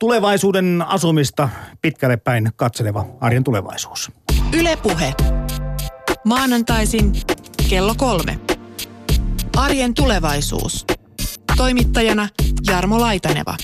Tulevaisuuden asumista pitkälle päin katseleva arjen tulevaisuus. Yle Puhe. Maanantaisin kello 3. Arjen tulevaisuus. Toimittajana Jarmo Laitaneva.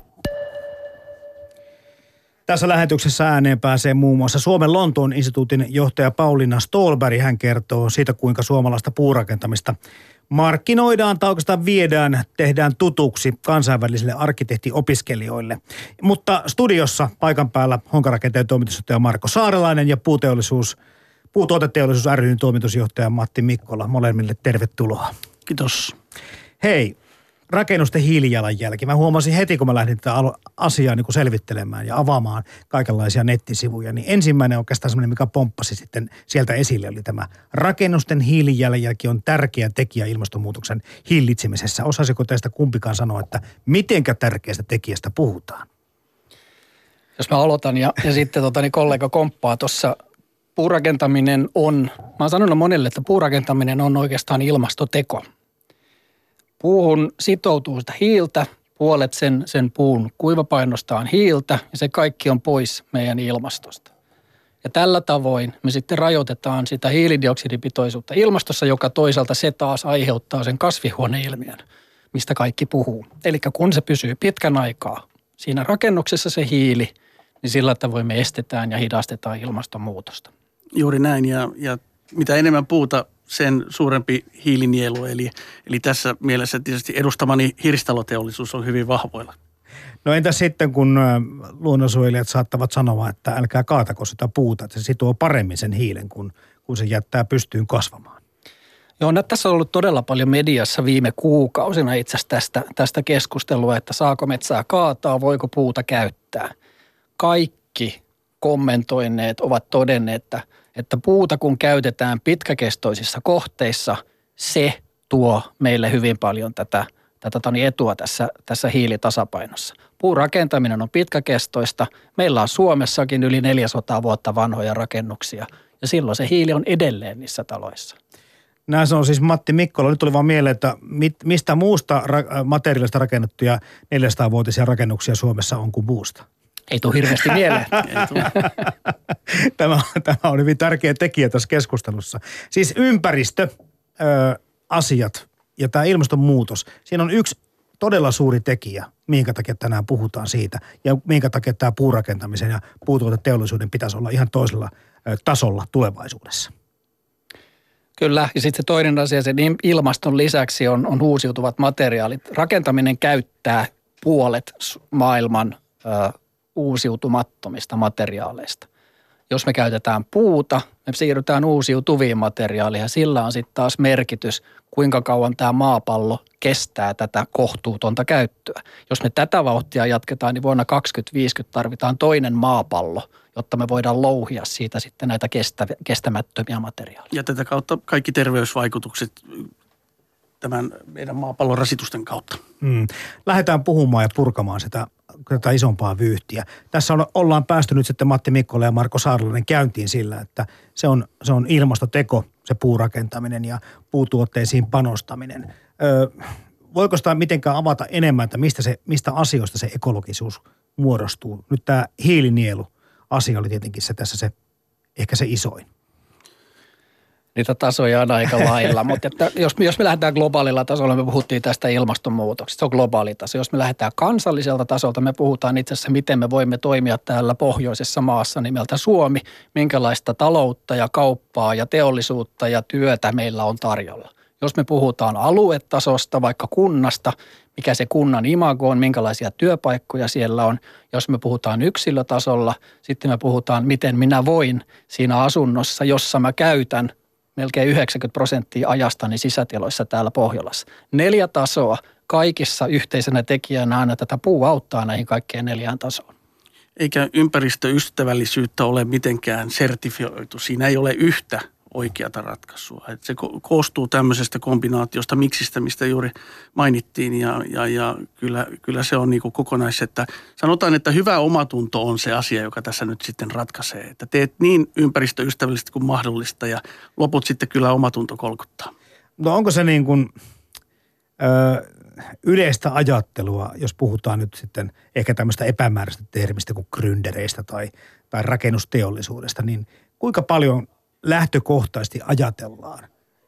Tässä lähetyksessä ääneen pääsee muun muassa Suomen Lontoon instituutin johtaja Pauliina Ståhlberg. Hän kertoo siitä, kuinka suomalaista puurakentamista markkinoidaan tai oikeastaan tehdään tutuksi kansainvälisille arkkitehtiopiskelijoille. Mutta studiossa paikan päällä Honkarakenteen toimitusjohtaja Marko Saarelainen ja Puutuoteteollisuus ry:n toimitusjohtaja Matti Mikkola. Molemmille tervetuloa. Kiitos. Hei, rakennusten hiilijalanjälki. Mä huomasin heti, kun mä lähdin tätä asiaa niin kuin selvittelemään ja avaamaan kaikenlaisia nettisivuja, niin ensimmäinen oikeastaan semmoinen, mikä pomppasi sitten sieltä esille, oli tämä rakennusten hiilijalanjälki on tärkeä tekijä ilmastonmuutoksen hillitsemisessä. Osaisiko teistä kumpikaan sanoa, että mitenkä tärkeästä tekijästä puhutaan? Jos mä aloitan ja sitten kollega komppaa tuossa, puurakentaminen on, mä oon sanonut monelle, että puurakentaminen on oikeastaan ilmastoteko. Puuhun sitoutuu sitä hiiltä, puolet sen puun kuivapainosta on hiiltä ja se kaikki on pois meidän ilmastosta. Ja tällä tavoin me sitten rajoitetaan sitä hiilidioksidipitoisuutta ilmastossa, joka toisaalta se taas aiheuttaa sen kasvihuoneilmiön, mistä kaikki puhuu. Eli kun se pysyy pitkän aikaa siinä rakennuksessa se hiili, niin sillä tavoin me estetään ja hidastetaan ilmastonmuutosta. Juuri näin ja mitä enemmän puuta, sen suurempi hiilinielu. Eli tässä mielessä tietysti edustamani hirsitaloteollisuus on hyvin vahvoilla. No entä sitten, kun luonnonsuojelijat saattavat sanoa, että älkää kaatako sitä puuta, että se sitoo paremmin sen hiilen, kun se jättää pystyyn kasvamaan? Joo, tässä on ollut todella paljon mediassa viime kuukausina itse asiassa tästä keskustelua, että saako metsää kaataa, voiko puuta käyttää. Kaikki kommentoineet ovat todenneet, että puuta kun käytetään pitkäkestoisissa kohteissa, se tuo meille hyvin paljon tätä etua tässä hiilitasapainossa. Puurakentaminen on pitkäkestoista. Meillä on Suomessakin yli 400 vuotta vanhoja rakennuksia ja silloin se hiili on edelleen niissä taloissa. Nämä on siis Matti Mikkola. Nyt tuli vaan mieleen, että mistä muusta materiaalista rakennettuja 400-vuotisia rakennuksia Suomessa on kuin puusta? Ei tule hirveästi mieleen. Tämä on hyvin tärkeä tekijä tässä keskustelussa. Siis ympäristöasiat ja tämä ilmastonmuutos, siinä on yksi todella suuri tekijä, minkä takia tänään puhutaan siitä ja minkä takia tämä puurakentamisen ja puutuoteteollisuuden pitäisi olla ihan toisella tasolla tulevaisuudessa. Kyllä, ja sitten se toinen asia, sen ilmaston lisäksi on uusiutuvat materiaalit. Rakentaminen käyttää puolet maailman uusiutumattomista materiaaleista. Jos me käytetään puuta, me siirrytään uusiutuviin materiaaleihin ja sillä on sitten taas merkitys, kuinka kauan tämä maapallo kestää tätä kohtuutonta käyttöä. Jos me tätä vauhtia jatketaan, niin vuonna 2050 tarvitaan toinen maapallo, jotta me voidaan louhia siitä sitten näitä kestämättömiä materiaaleja. Ja tätä kautta kaikki terveysvaikutukset tämän meidän maapallon rasitusten kautta. Lähdetään puhumaan ja purkamaan tätä isompaa vyyhtiä. Tässä ollaan päästy nyt sitten Matti Mikkola ja Marko Saarelainen käyntiin sillä, että se on ilmastoteko, se puurakentaminen ja puutuotteisiin panostaminen. Voiko sitä mitenkään avata enemmän, että mistä asioista se ekologisuus muodostuu? Nyt tämä hiilinielu-asia oli tietenkin ehkä se isoin. Niitä tasoja on aika lailla, mutta että jos me lähdetään globaalilla tasolla, me puhuttiin tästä ilmastonmuutoksesta, se on globaali taso. Jos me lähdetään kansalliselta tasolta, me puhutaan itse asiassa, miten me voimme toimia täällä pohjoisessa maassa nimeltä Suomi, minkälaista taloutta ja kauppaa ja teollisuutta ja työtä meillä on tarjolla. Jos me puhutaan aluetasosta, vaikka kunnasta, mikä se kunnan imago on, minkälaisia työpaikkoja siellä on. Jos me puhutaan yksilötasolla, sitten me puhutaan, miten minä voin siinä asunnossa, jossa mä käytän melkein 90% ajastani sisätiloissa täällä Pohjolassa. 4 tasoa kaikissa yhteisenä tekijänä aina tätä puu auttaa näihin kaikkeen 4 tasoon. Eikä ympäristöystävällisyyttä ole mitenkään sertifioitu. Siinä ei ole yhtä oikeata ratkaisua. Että se koostuu tämmöisestä kombinaatiosta miksistä, mistä juuri mainittiin ja kyllä se on niin kuin että sanotaan, että hyvä omatunto on se asia, joka tässä nyt sitten ratkaisee. Että teet niin ympäristöystävällisesti kuin mahdollista ja loput sitten kyllä omatunto kolkuttaa. No onko se niin kuin, yleistä ajattelua, jos puhutaan nyt sitten ehkä tämmöistä epämääräistä termistä kuin gründereistä tai rakennusteollisuudesta, niin kuinka paljon lähtökohtaisesti ajatellaan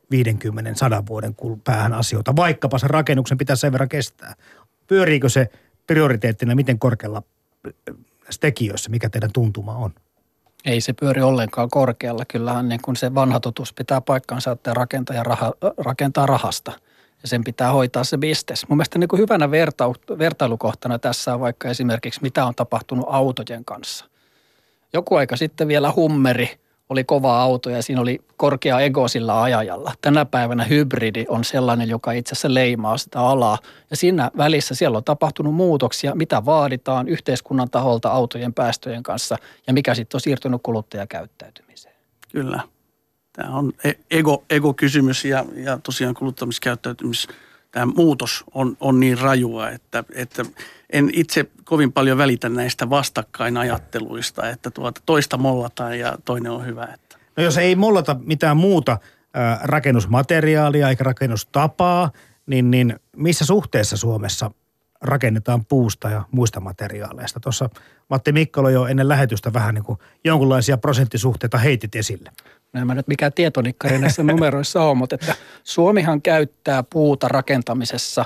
50-100 vuoden päähän asioita, vaikkapa sen rakennuksen pitää sen verran kestää. Pyöriikö se prioriteettina miten korkealla tekijöissä, mikä teidän tuntuma on? Ei se pyöri ollenkaan korkealla. Kyllähän niin kun se vanha totuus pitää paikkansa, että rakentaja rakentaa rahasta ja sen pitää hoitaa se bisnes. Mun mielestä niin kuin hyvänä vertailukohtana tässä on vaikka esimerkiksi mitä on tapahtunut autojen kanssa. Joku aika sitten vielä Hummeri oli kova auto ja siinä oli korkea ego sillä ajajalla. Tänä päivänä hybridi on sellainen, joka itse asiassa leimaa sitä alaa. Ja siinä välissä siellä on tapahtunut muutoksia, mitä vaaditaan yhteiskunnan taholta autojen päästöjen kanssa ja mikä sitten on siirtynyt kuluttajakäyttäytymiseen. Kyllä. Tämä on ego-kysymys ja tosiaan kuluttamiskäyttäytymis. Tämä muutos on niin rajua, että en itse kovin paljon välitä näistä vastakkainajatteluista, että toista mollataan ja toinen on hyvä. Että. No jos ei mollata mitään muuta rakennusmateriaalia eikä rakennustapaa, niin missä suhteessa Suomessa rakennetaan puusta ja muista materiaaleista? Tuossa Matti Mikkola jo ennen lähetystä vähän niin kuin jonkunlaisia prosenttisuhteita heitit esille. En mä nyt mikään tietonikkari näissä numeroissa on, mutta että Suomihan käyttää puuta rakentamisessa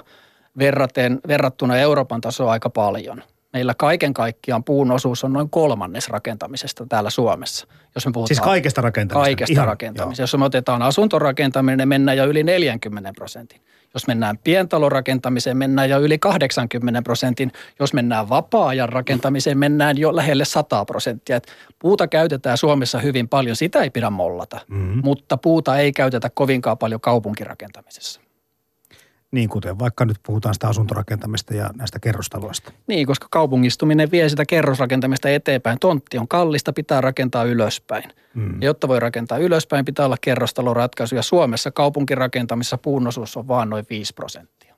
verrattuna Euroopan tasoa aika paljon. Meillä kaiken kaikkiaan puun osuus on noin 1/3 rakentamisesta täällä Suomessa. Jos me puhutaan siis kaikesta rakentamisesta? Kaikesta rakentamisesta. Jos me otetaan asuntorakentaminen, niin mennään jo yli 40%. Jos mennään pientalorakentamiseen, mennään jo yli 80%. Jos mennään vapaa-ajan rakentamiseen, mennään jo lähelle 100%. Et puuta käytetään Suomessa hyvin paljon, sitä ei pidä mollata, mutta puuta ei käytetä kovinkaan paljon kaupunkirakentamisessa. Niin kuten vaikka nyt puhutaan sitä asuntorakentamista ja näistä kerrostaloista. Niin, koska kaupungistuminen vie sitä kerrosrakentamista eteenpäin. Tontti on kallista, pitää rakentaa ylöspäin. Ja jotta voi rakentaa ylöspäin, pitää olla kerrostaloratkaisu. Ja Suomessa kaupunkirakentamisessa puun osuus on vaan noin 5%.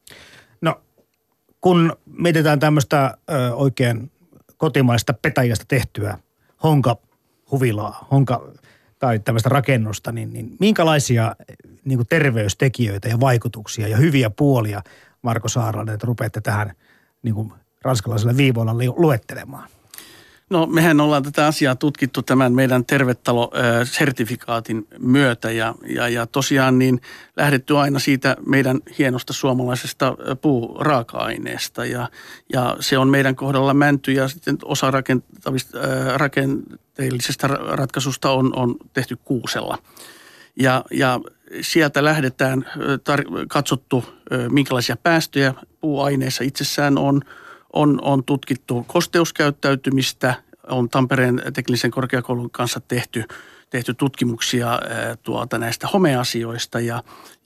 No, kun mietitään tämmöistä oikein kotimaista petäjästä tehtyä honkahuvilaa, tai tämmöistä rakennusta, niin minkälaisia niin kuin terveystekijöitä ja vaikutuksia ja hyviä puolia, Marko Saarlainen, että rupeatte tähän niin kuin ranskalaisella viivoilla luettelemaan? No mehän ollaan tätä asiaa tutkittu tämän meidän tervetalo-sertifikaatin myötä ja tosiaan niin lähdetty aina siitä meidän hienosta suomalaisesta puuraaka-aineesta ja se on meidän kohdalla mänty ja sitten osa rakenteellisesta ratkaisusta on tehty kuusella. Ja sieltä lähdetään katsottu, minkälaisia päästöjä puuaineissa itsessään on tutkittu kosteuskäyttäytymistä, on Tampereen teknillisen korkeakoulun kanssa tehty tutkimuksia näistä homeasioista ja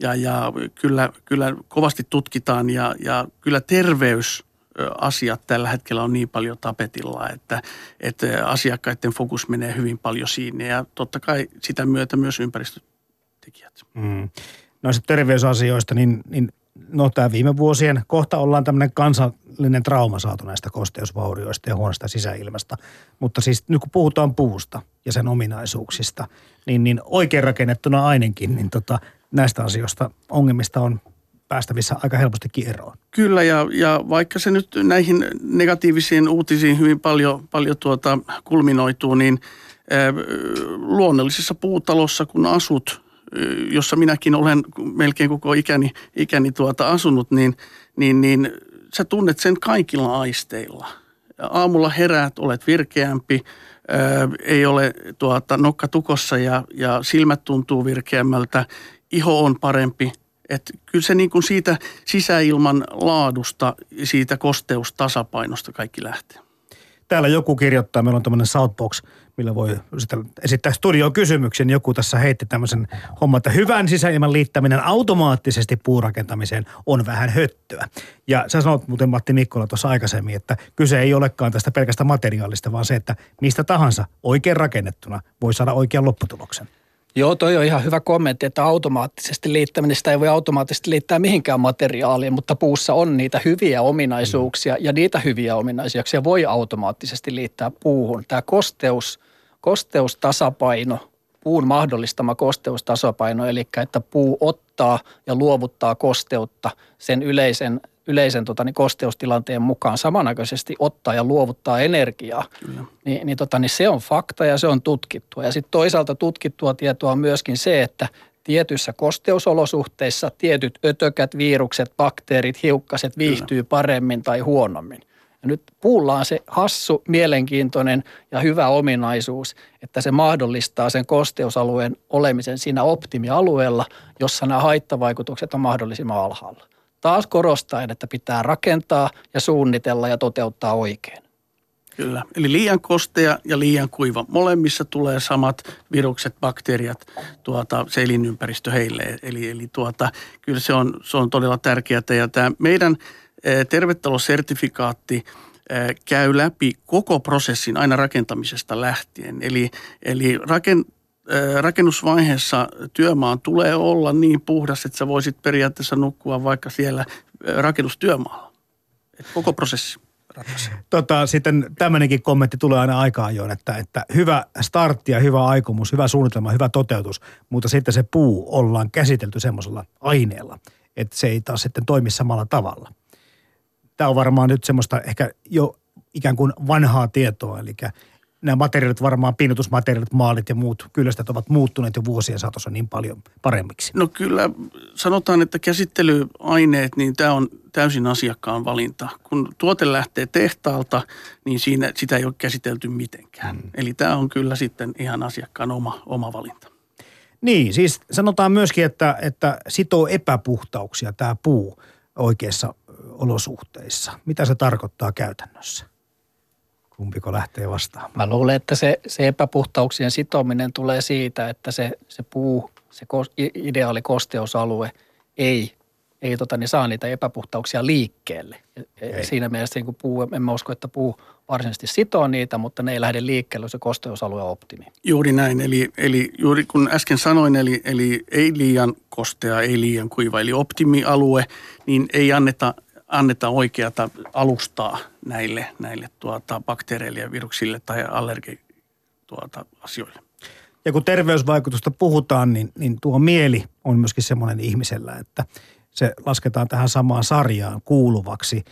kyllä kovasti tutkitaan ja kyllä terveysasiat tällä hetkellä on niin paljon tapetilla, että asiakkaiden fokus menee hyvin paljon siinä ja totta kai sitä myötä myös ympäristötekijät. Noista terveysasioista, niin tämä viime vuosien kohta ollaan tämmöinen kansallinen trauma saatu näistä kosteusvaurioista ja huonosta sisäilmasta. Mutta siis nyt kun puhutaan puusta ja sen ominaisuuksista, niin oikein rakennettuna ainakin, niin näistä asioista ongelmista on päästävissä aika helpostikin eroon. Kyllä ja vaikka se nyt näihin negatiivisiin uutisiin hyvin paljon kulminoituu, niin luonnollisessa puutalossa kun asut, jossa minäkin olen melkein koko ikäni asunut, niin sä tunnet sen kaikilla aisteilla. Aamulla heräät, olet virkeämpi, ei ole nokka tukossa ja silmät tuntuu virkeämmältä, iho on parempi. Että kyllä se niin kuin siitä sisäilman laadusta, siitä kosteustasapainosta kaikki lähtee. Täällä joku kirjoittaa, meillä on tämmöinen Southbox, millä voi esittää studioon kysymyksen. Joku tässä heitti tämmöisen homman, että hyvän sisäilman liittäminen automaattisesti puurakentamiseen on vähän höttöä. Ja sä sanot muuten Matti Mikkola tuossa aikaisemmin, että kyse ei olekaan tästä pelkästä materiaalista, vaan se, että mistä tahansa oikein rakennettuna voi saada oikean lopputuloksen. Joo, toi on ihan hyvä kommentti, että automaattisesti liittäminen, sitä ei voi automaattisesti liittää mihinkään materiaaliin, mutta puussa on niitä hyviä ominaisuuksia ja niitä hyviä ominaisuuksia voi automaattisesti liittää puuhun. Tämä kosteustasapaino puun mahdollistama kosteustasapaino, eli että puu ottaa ja luovuttaa kosteutta sen yleisen kosteustilanteen mukaan samanaikaisesti ottaa ja luovuttaa energiaa, niin se on fakta ja se on tutkittua. Ja sitten toisaalta tutkittua tietoa on myöskin se, että tietyissä kosteusolosuhteissa tietyt ötökät, virukset, bakteerit, hiukkaset viihtyy paremmin tai huonommin. Ja nyt puulla on se hassu, mielenkiintoinen ja hyvä ominaisuus, että se mahdollistaa sen kosteusalueen olemisen siinä optimialueella, jossa nämä haittavaikutukset on mahdollisimman alhaalla. Taas korostaen, että pitää rakentaa ja suunnitella ja toteuttaa oikein. Kyllä, eli liian kostea ja liian kuiva. Molemmissa tulee samat virukset, bakteeriat, se elinympäristö heille. Eli kyllä se on todella tärkeää. Ja tämä meidän tervetalosertifikaatti käy läpi koko prosessin aina rakentamisesta lähtien. Eli rakennusvaiheessa työmaan tulee olla niin puhdas, että sä voisit periaatteessa nukkua vaikka siellä rakennustyömaalla. Et koko prosessi ratkaisee. Sitten tämmöinenkin kommentti tulee aina aika ajoin, että hyvä startti ja hyvä aikomus, hyvä suunnitelma, hyvä toteutus, mutta sitten se puu ollaan käsitelty semmoisella aineella, että se ei taas sitten toimi samalla tavalla. Tämä on varmaan nyt semmoista ehkä jo ikään kuin vanhaa tietoa, eli nämä materiaalit, varmaan pinnoitusmateriaalit, maalit ja muut kyllästät ovat muuttuneet jo vuosien saatossa niin paljon paremmiksi. No kyllä, sanotaan, että käsittelyaineet, niin tämä on täysin asiakkaan valinta. Kun tuote lähtee tehtaalta, niin sitä ei ole käsitelty mitenkään. Eli tämä on kyllä sitten ihan asiakkaan oma valinta. Niin, siis sanotaan myöskin, että sitoo epäpuhtauksia tämä puu oikeissa olosuhteissa. Mitä se tarkoittaa käytännössä? Kumpiko lähtee vastaamaan? Mä luulen, että se epäpuhtauksien sitominen tulee siitä, että se puu, se ideaali kosteusalue ei saa niitä epäpuhtauksia liikkeelle. Siinä mielessä niin puu, en mä usko, että puu varsinaisesti sitoo niitä, mutta ne ei lähde liikkeelle, se kosteusalue on optimi. Juuri näin, eli juuri kun äsken sanoin, eli ei liian kostea, ei liian kuiva, eli optimialue, niin ei anneta oikeata alustaa näille bakteereille ja viruksille tai asioille. Ja kun terveysvaikutusta puhutaan, niin tuo mieli on myöskin semmoinen ihmisellä, että se lasketaan tähän samaan sarjaan kuuluvaksi.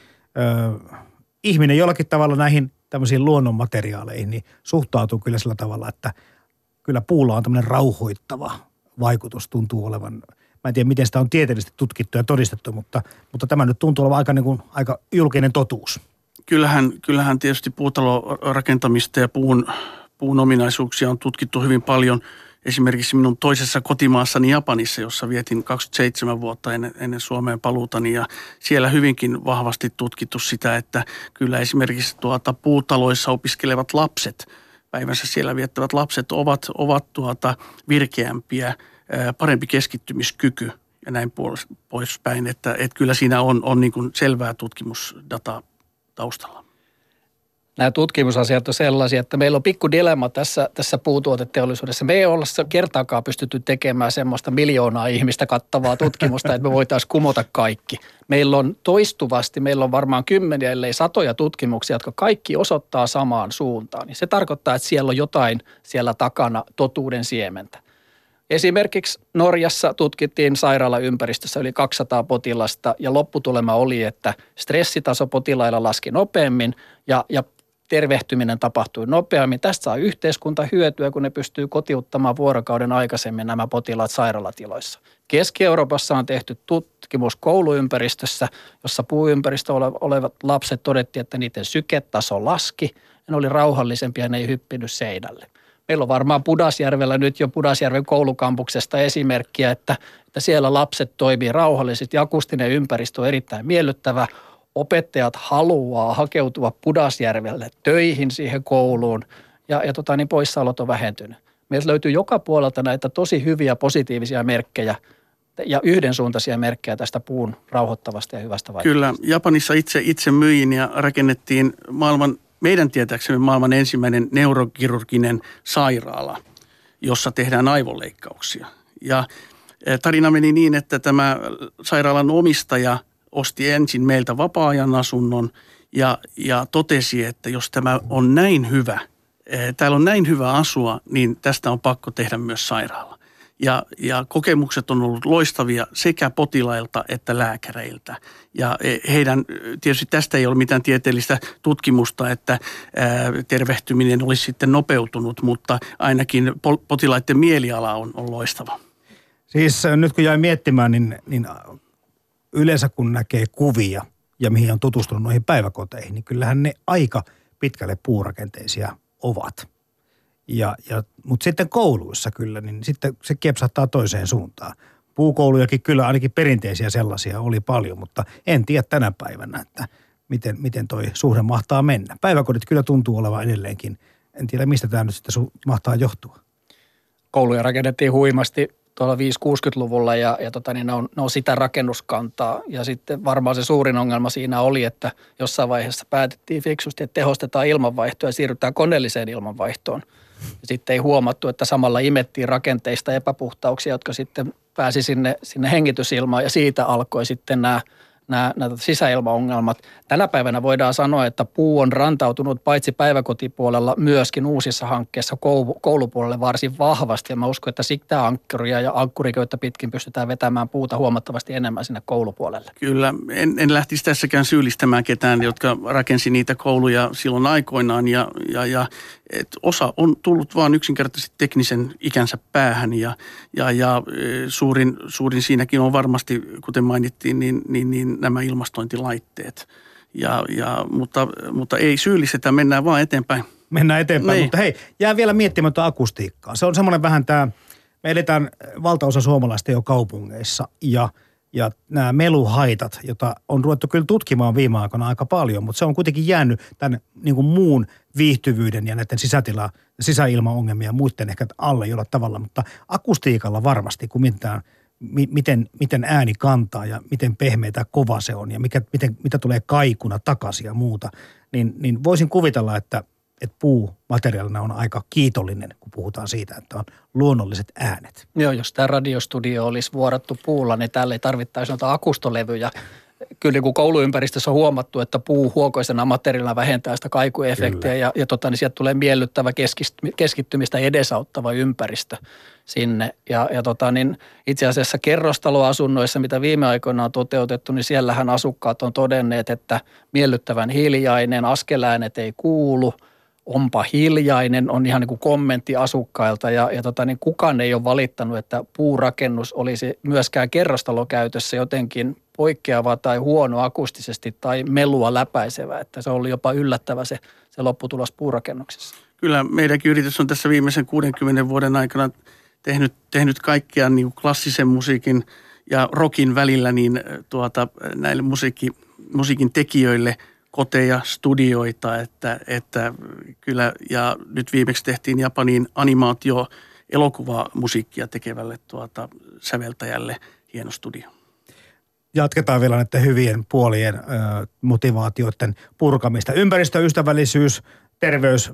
Ihminen jollakin tavalla näihin tämmöisiin luonnonmateriaaleihin niin suhtautuu kyllä sillä tavalla, että kyllä puulla on tämmöinen rauhoittava vaikutus, tuntuu olevan. Mä en tiedä, miten sitä on tieteellisesti tutkittu ja todistettu, mutta tämä nyt tuntuu olevan aika julkinen totuus. Kyllähän tietysti puutalorakentamista ja puun ominaisuuksia on tutkittu hyvin paljon. Esimerkiksi minun toisessa kotimaassani Japanissa, jossa vietin 27 vuotta ennen Suomeen paluutani, ja siellä hyvinkin vahvasti tutkittu sitä, että kyllä esimerkiksi puutaloissa opiskelevat lapset, päivänsä siellä viettävät lapset ovat virkeämpiä, parempi keskittymiskyky ja näin poispäin, että kyllä siinä on niin kuin selvää tutkimusdataa taustalla. Nämä tutkimusasiat on sellaisia, että meillä on pikku dilemma tässä puutuoteteollisuudessa. Me ei olla kertaakaan pystytty tekemään semmoista 1 miljoonaa ihmistä kattavaa tutkimusta, että me voitaisiin kumota kaikki. Meillä on varmaan 10, ellei 100 tutkimuksia, jotka kaikki osoittaa samaan suuntaan. Niin se tarkoittaa, että siellä on jotain siellä takana totuuden siementä. Esimerkiksi Norjassa tutkittiin sairaalaympäristössä yli 200 potilasta ja lopputulema oli, että stressitaso potilailla laski nopeammin ja tervehtyminen tapahtui nopeammin. Tästä saa yhteiskunta hyötyä, kun ne pystyy kotiuttamaan vuorokauden aikaisemmin nämä potilaat sairaalatiloissa. Keski-Euroopassa on tehty tutkimus kouluympäristössä, jossa puuympäristö olevat lapset todettiin, että niiden syketaso laski ja ne oli rauhallisempia ja ne ei hyppinyt seinälle. Meillä on varmaan Pudasjärvellä nyt jo Pudasjärven koulukampuksesta esimerkkiä, että siellä lapset toimii rauhallisesti ja akustinen ympäristö on erittäin miellyttävä. Opettajat haluaa hakeutua Pudasjärvelle töihin siihen kouluun ja poissaolot on vähentynyt. Meiltä löytyy joka puolelta näitä tosi hyviä positiivisia merkkejä ja yhdensuuntaisia merkkejä tästä puun rauhoittavasta ja hyvästä vaikutuksesta. Kyllä, Japanissa itse myin ja rakennettiin meidän tietääksemme maailman ensimmäinen neurokirurginen sairaala, jossa tehdään aivoleikkauksia. Ja tarina meni niin, että tämä sairaalan omistaja osti ensin meiltä vapaa-ajan asunnon ja totesi, että jos tämä on näin hyvä, täällä on näin hyvä asua, niin tästä on pakko tehdä myös sairaala. Ja kokemukset on ollut loistavia sekä potilailta että lääkäreiltä. Ja heidän, tietysti tästä ei ole mitään tieteellistä tutkimusta, että tervehtyminen olisi sitten nopeutunut, mutta ainakin potilaiden mieliala on loistava. Siis nyt kun jäin miettimään, niin yleensä kun näkee kuvia ja mihin on tutustunut noihin päiväkoteihin, niin kyllähän ne aika pitkälle puurakenteisia ovat. Mutta sitten kouluissa kyllä, niin sitten se kiepsahtaa toiseen suuntaan. Puukoulujakin kyllä ainakin perinteisiä sellaisia oli paljon, mutta en tiedä tänä päivänä, että miten toi suhde mahtaa mennä. Päiväkodit kyllä tuntuu olevan edelleenkin. En tiedä, mistä tämä nyt sitten mahtaa johtua. Kouluja rakennettiin huimasti tuolla 5-60-luvulla ja niin ne on sitä rakennuskantaa. Ja sitten varmaan se suurin ongelma siinä oli, että jossain vaiheessa päätettiin fiksusti, että tehostetaan ilmanvaihtoa ja siirrytään koneelliseen ilmanvaihtoon. Ja sitten ei huomattu, että samalla imettiin rakenteista epäpuhtauksia, jotka sitten pääsi sinne hengitysilmaan ja siitä alkoi sitten nämä sisäilmaongelmat. Tänä päivänä voidaan sanoa, että puu on rantautunut paitsi päiväkotipuolella myöskin uusissa hankkeissa koulupuolelle varsin vahvasti. Ja mä uskon, että sitä ankkuria ja ankkuriköyttä pitkin pystytään vetämään puuta huomattavasti enemmän sinne koulupuolelle. Kyllä, en lähtisi tässäkään syyllistämään ketään, jotka rakensi niitä kouluja silloin aikoinaan ja osa on tullut vaan yksinkertaisesti teknisen ikänsä päähän ja suurin siinäkin on varmasti, kuten mainittiin, niin nämä ilmastointilaitteet. Mutta ei syyllistetä, mennään vaan eteenpäin. Mennään eteenpäin, niin. Mutta hei, jää vielä miettimään akustiikkaa. Se on semmoinen vähän me edetään valtaosa suomalaista jo kaupungeissa ja nämä meluhaitat, jota on ruvettu kyllä tutkimaan viime aikoina aika paljon, mutta se on kuitenkin jäänyt tämän niin kuin muun viihtyvyyden ja näiden sisäilmaongelmia ja muiden ehkä alle jollain tavalla, mutta akustiikalla varmasti, kun mietitään, miten ääni kantaa ja miten pehmeä tai kova se on ja mitä tulee kaikuna takaisin ja muuta, niin voisin kuvitella, että puumateriaalina on aika kiitollinen, kun puhutaan siitä, että on luonnolliset äänet. Joo, jos tämä radiostudio olisi vuorattu puulla, niin täällä ei tarvittaisi noita akustolevyjä. Kyllä kun kouluympäristössä on huomattu, että puu huokoisena materiaalina vähentää sitä kaikuefektiä ja niin sieltä tulee miellyttävä keskittymistä edesauttava ympäristö sinne. Niin itse asiassa kerrostaloasunnoissa, mitä viime aikoina on toteutettu, niin siellähän asukkaat on todenneet, että miellyttävän hiljainen, askeläänet ei kuulu, onpa hiljainen, on ihan niin kuin kommentti asukkailta niin kukaan ei ole valittanut, että puurakennus olisi myöskään kerrostalokäytössä jotenkin poikkeava tai huono akustisesti tai melua läpäisevä, että se oli jopa yllättävä se lopputulos puurakennuksessa. Kyllä meidänkin yritys on tässä viimeisen 60 vuoden aikana tehnyt kaikkea niin kuin klassisen musiikin ja rockin välillä niin näille musiikin tekijöille koteja, studioita, että kyllä, ja nyt viimeksi tehtiin Japanin animaatio-elokuvamusiikkia tekevälle säveltäjälle hieno studio. Jatketaan vielä näiden hyvien puolien motivaatioiden purkamista. Ympäristöystävällisyys, terveys,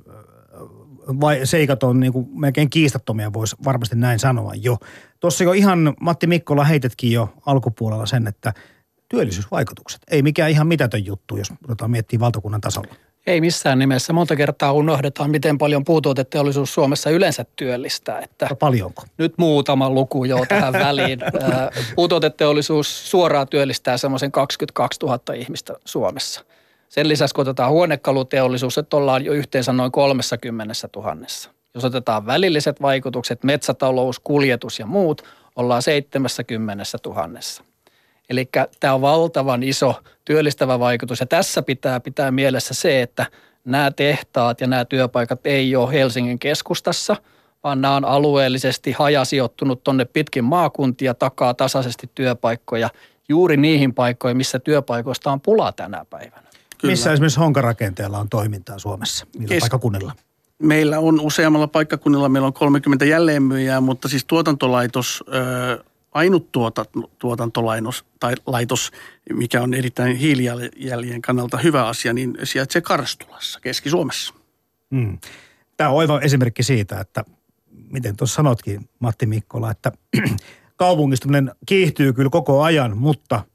seikat on niin kuin melkein kiistattomia, voisi varmasti näin sanoa jo. Tuossa jo ihan Matti Mikkola heitetkin jo alkupuolella sen, että työllisyysvaikutukset. Ei mikään ihan mitätön juttu, jos miettii valtakunnan tasolla. Ei missään nimessä. Monta kertaa unohdetaan, miten paljon puutuoteteollisuus Suomessa yleensä työllistää. Että paljonko? Nyt muutama luku jo tähän väliin. Puutuoteteollisuus suoraan työllistää semmoisen 22 000 ihmistä Suomessa. Sen lisäksi kun otetaan huonekaluteollisuus, että ollaan jo yhteensä noin 30 000. Jos otetaan välilliset vaikutukset, metsätalous, kuljetus ja muut, ollaan 70 000. Eli tämä on valtavan iso työllistävä vaikutus ja tässä pitää mielessä se, että nämä tehtaat ja nämä työpaikat ei ole Helsingin keskustassa, vaan nämä on alueellisesti hajasijoittunut tuonne pitkin maakuntia, takaa tasaisesti työpaikkoja juuri niihin paikkoihin, missä työpaikoista on pula tänä päivänä. Kyllä. Missä esimerkiksi honkarakenteella on toimintaa Suomessa, millä paikkakunnilla? Meillä on useammalla paikkakunnilla, meillä on 30 jälleenmyyjää, mutta siis tuotantolaitos, ainut tuotantolaitos, mikä on erittäin hiilijäljen kannalta hyvä asia, niin sijaitsee Karstulassa, Keski-Suomessa. Tämä on oiva esimerkki siitä, että miten tuossa sanotkin, Matti Mikkola, että kaupungistuminen kiihtyy kyllä koko ajan, mutta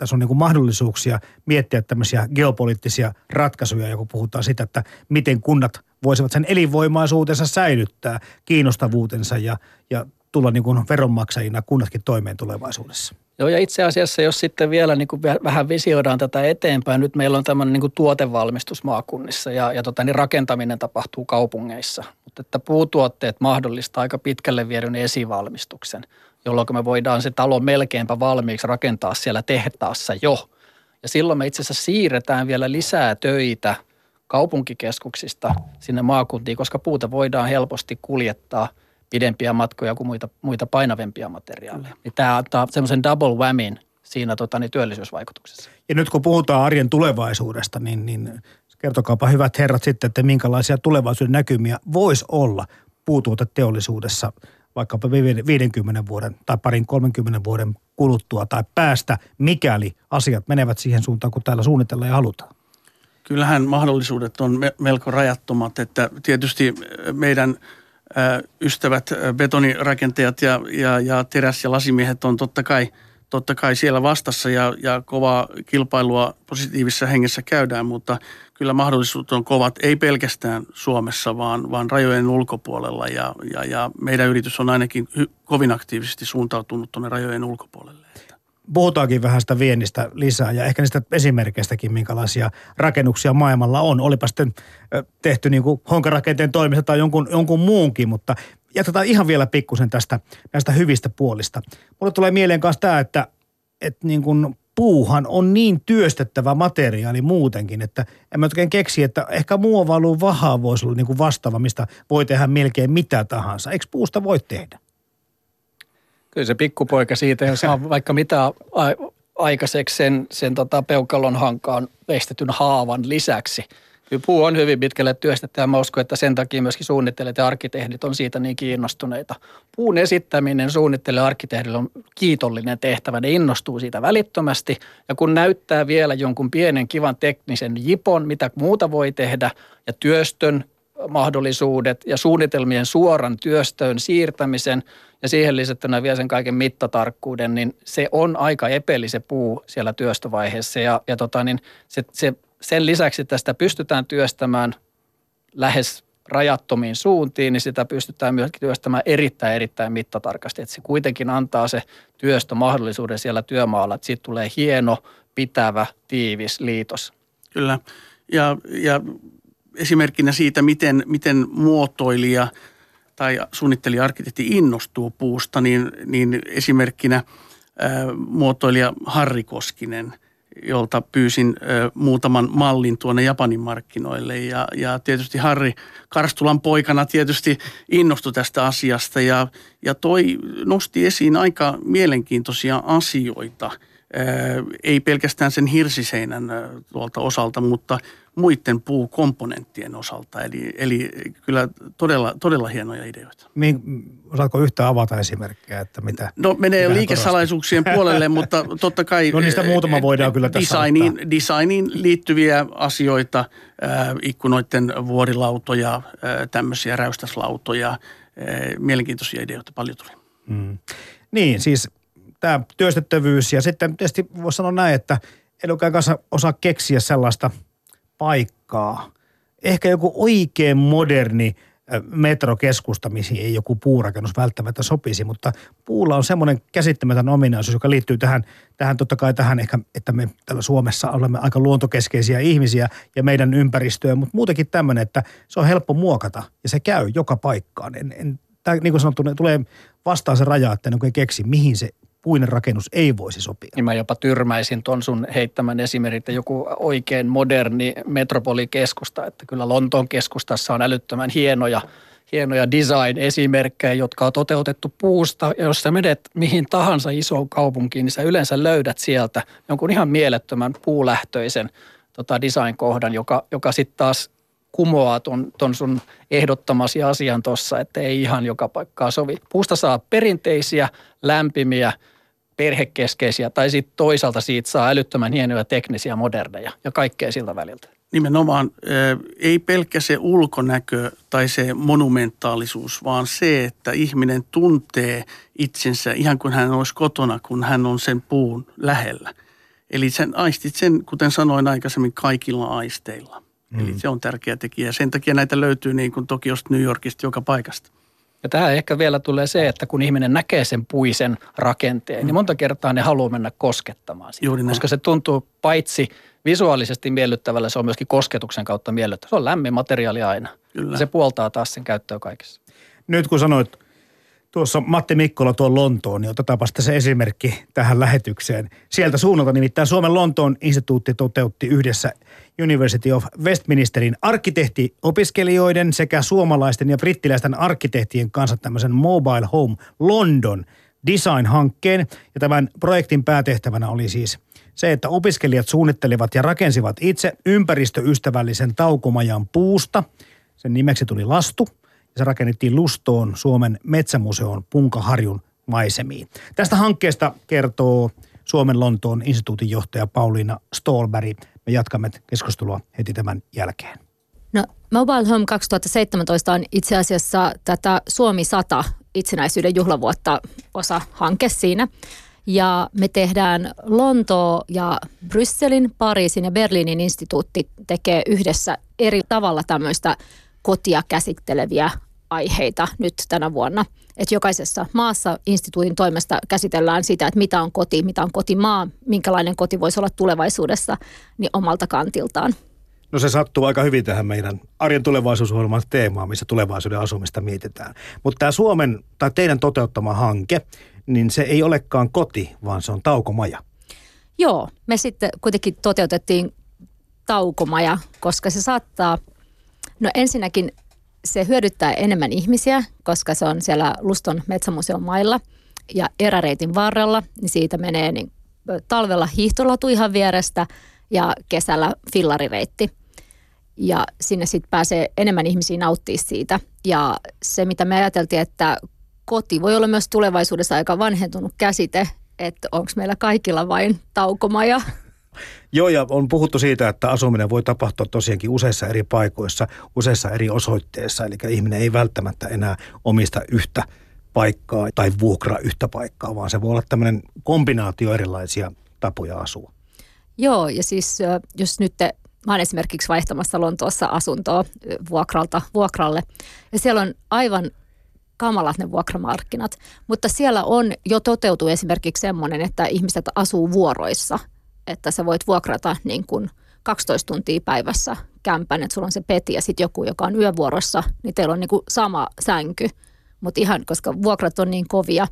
tässä on niin kuin mahdollisuuksia miettiä tämmöisiä geopoliittisia ratkaisuja, kun puhutaan siitä, että miten kunnat voisivat sen elinvoimaisuutensa säilyttää, kiinnostavuutensa ja tulla niin kuin veronmaksajina kunnatkin toimeen tulevaisuudessa. Joo, ja itse asiassa, jos sitten vielä niin kuin vähän visioidaan tätä eteenpäin, nyt meillä on tämmöinen niin kuin tuotevalmistus maakunnissa ja niin rakentaminen tapahtuu kaupungeissa, mutta että puutuotteet mahdollistaa aika pitkälle viedyn esivalmistuksen, jolloin me voidaan se talo melkeinpä valmiiksi rakentaa siellä tehtaassa jo. Ja silloin me itse asiassa siirretään vielä lisää töitä kaupunkikeskuksista sinne maakuntiin, koska puuta voidaan helposti kuljettaa pidempiä matkoja kuin muita painavempia materiaaleja. Niin tämä antaa semmoisen double whammyn siinä työllisyysvaikutuksessa. Ja nyt kun puhutaan arjen tulevaisuudesta, niin kertokaapa hyvät herrat sitten, että minkälaisia tulevaisuuden näkymiä voisi olla puutuoteteollisuudessa vaikkapa 50 vuoden tai 30 vuoden kuluttua tai päästä, mikäli asiat menevät siihen suuntaan, kun täällä suunnitellaan ja halutaan. Kyllähän mahdollisuudet on melko rajattomat, että tietysti meidän ystävät, betonirakentajat ja teräs- ja lasimiehet on totta kai siellä vastassa ja kovaa kilpailua positiivisessa hengessä käydään, mutta kyllä mahdollisuudet on kovat, ei pelkästään Suomessa, vaan rajojen ulkopuolella ja meidän yritys on ainakin kovin aktiivisesti suuntautunut tuonne rajojen ulkopuolelle. Puhutaankin vähän sitä viennistä lisää ja ehkä niistä esimerkkeistäkin, minkälaisia rakennuksia maailmalla on. Olipa sitten tehty niin kuin honkarakenteen toimista tai jonkun muunkin, mutta jatketaan ihan vielä pikkusen näistä hyvistä puolista. Mulle tulee mieleen kanssa tämä, että niin kuin puuhan on niin työstettävä materiaali muutenkin, että en mä oikein keksi, että ehkä muovailu vahaa voisi olla niin kuin vastaava, mistä voi tehdä melkein mitä tahansa. Eikö puusta voi tehdä? Kyllä se pikkupoika siitä, jos saa vaikka mitä aikaiseksi sen peukalon hankaan veistetyn haavan lisäksi. Kyllä puu on hyvin pitkälle työstetty ja mä uskon, että sen takia myöskin suunnittelijat ja arkkitehdit on siitä niin kiinnostuneita. Puun esittäminen suunnittelijalle ja arkkitehdille on kiitollinen tehtävä. Ne innostuu siitä välittömästi ja kun näyttää vielä jonkun pienen kivan teknisen jipon, mitä muuta voi tehdä ja työstön mahdollisuudet ja suunnitelmien suoran työstöön siirtämisen ja siihen lisättynä vielä sen kaiken mittatarkkuuden, niin se on aika epeli se puu siellä työstövaiheessa sen lisäksi, että sitä pystytään työstämään lähes rajattomiin suuntiin, niin sitä pystytään myöskin työstämään erittäin mittatarkasti. Että se kuitenkin antaa se työstömahdollisuuden siellä työmaalla, että siitä tulee hieno, pitävä, tiivis liitos. Kyllä, ja esimerkkinä siitä, miten muotoilija tai suunnittelija-arkkitehti innostuu puusta, niin esimerkkinä muotoilija Harri Koskinen, jolta pyysin muutaman mallin tuonne Japanin markkinoille. Ja tietysti Harri Karstulan poikana tietysti innostui tästä asiasta ja nosti esiin aika mielenkiintoisia asioita. Ei pelkästään sen hirsiseinän tuolta osalta, mutta muiden puukomponenttien osalta. Eli kyllä todella hienoja ideoita. Osaatko yhtään avata esimerkkejä, että mitä? No menee liikesalaisuuksien puolelle, mutta totta kai no niistä muutama voidaan kyllä tässä designiin liittyviä asioita, ikkunoiden vuorilautoja, tämmöisiä räystäslautoja, mielenkiintoisia ideoita paljon tuli. Niin, siis tämä työstettävyys ja sitten tietysti voisi sanoa näin, että en oikein kanssa osaa keksiä sellaista paikkaa. Ehkä joku oikein moderni metrokeskusta, missä ei joku puurakennus välttämättä sopisi, mutta puulla on semmoinen käsittämätön ominaisuus, joka liittyy tähän totta kai tähän ehkä, että me täällä Suomessa olemme aika luontokeskeisiä ihmisiä ja meidän ympäristöä, mutta muutenkin tämmöinen, että se on helppo muokata ja se käy joka paikkaan. Niin kuin sanottu, tulee vastaan se raja, että en oikein keksi, mihin se puinen rakennus ei voisi sopia. Niin mä jopa tyrmäisin ton sun heittämän esimerkiksi, että joku oikein moderni metropolikeskusta, että kyllä Lontoon keskustassa on älyttömän hienoja design-esimerkkejä, jotka on toteutettu puusta. Ja jos sä menet mihin tahansa isoon kaupunkiin, niin sä yleensä löydät sieltä jonkun ihan mielettömän puulähtöisen design-kohdan, joka sitten taas kumoaa ton sun ehdottamasi asian tuossa, että ei ihan joka paikkaa sovi. Puusta saa perinteisiä, lämpimiä, perhekeskeisiä tai sitten toisaalta siitä saa älyttömän hienoja teknisiä, moderneja ja kaikkea siltä väliltä. Nimenomaan ei pelkkä se ulkonäkö tai se monumentaalisuus, vaan se, että ihminen tuntee itsensä ihan kuin hän olisi kotona, kun hän on sen puun lähellä. Eli sen aistit sen, kuten sanoin aikaisemmin, kaikilla aisteilla. Eli se on tärkeä tekijä. Sen takia näitä löytyy niin kuin Tokiosta, New Yorkista, joka paikasta. Ja tähän ehkä vielä tulee se, että kun ihminen näkee sen puisen rakenteen, niin monta kertaa ne haluaa mennä koskettamaan sitä. Koska se tuntuu paitsi visuaalisesti miellyttävällä, se on myöskin kosketuksen kautta miellyttävä. Se on lämmin materiaali aina. Kyllä. Se puoltaa taas sen käyttöä kaikessa. Nyt kun sanoit tuossa Matti Mikkola tuon Lontoon, niin otetaanpa se esimerkki tähän lähetykseen. Sieltä suunnalta nimittäin Suomen Lontoon instituutti toteutti yhdessä University of Westminsterin arkkitehtiopiskelijoiden sekä suomalaisten ja brittiläisten arkkitehtien kanssa tämmöisen Mobile Home London Design-hankkeen. Ja tämän projektin päätehtävänä oli siis se, että opiskelijat suunnittelivat ja rakensivat itse ympäristöystävällisen taukomajan puusta. Sen nimeksi tuli Lastu. Ja se rakennettiin Lustoon Suomen metsämuseon Punkaharjun maisemiin. Tästä hankkeesta kertoo Suomen Lontoon instituutin johtaja Pauliina Ståhlberg. Me jatkamme keskustelua heti tämän jälkeen. No, Mobile Home 2017 on itse asiassa tätä Suomi 100 itsenäisyyden juhlavuotta osa hanke siinä. Ja me tehdään Lontoo ja Brysselin, Pariisin ja Berliinin instituutti tekee yhdessä eri tavalla tämmöistä kotia käsitteleviä aiheita nyt tänä vuonna. Että jokaisessa maassa instituutin toimesta käsitellään sitä, että mitä on koti, mitä on kotimaa, minkälainen koti voisi olla tulevaisuudessa, niin omalta kantiltaan. No se sattuu aika hyvin tähän meidän arjen tulevaisuusohjelman teemaan, missä tulevaisuuden asumista mietitään. Mutta tämä Suomen tai teidän toteuttama hanke, niin se ei olekaan koti, vaan se on taukomaja. Joo, me sitten kuitenkin toteutettiin taukomaja, koska se saattaa, no ensinnäkin se hyödyttää enemmän ihmisiä, koska se on siellä Luston metsämuseon mailla ja eräreitin varrella, niin siitä menee niin talvella hiihtolatu ihan vierestä ja kesällä fillarireitti. Ja sinne sitten pääsee enemmän ihmisiä nauttia siitä. Ja se, mitä me ajateltiin, että koti voi olla myös tulevaisuudessa aika vanhentunut käsite, että onko meillä kaikilla vain taukomaja. Joo, ja on puhuttu siitä, että asuminen voi tapahtua tosiaankin useissa eri paikoissa, useissa eri osoitteissa. Eli ihminen ei välttämättä enää omista yhtä paikkaa tai vuokraa yhtä paikkaa, vaan se voi olla tämmöinen kombinaatio erilaisia tapoja asua. Joo, ja siis jos nyt mä olen esimerkiksi vaihtamassa Lontoossa asuntoa vuokralta vuokralle, ja siellä on aivan kamalat ne vuokramarkkinat, mutta siellä on jo toteutuu esimerkiksi semmoinen, että ihmiset asuu vuoroissa, että sä voit vuokrata niin kuin 12 tuntia päivässä kämpän, että sulla on se peti ja sitten joku, joka on yövuorossa, niin teillä on niin kuin sama sänky, mutta ihan koska vuokrat on niin kovia,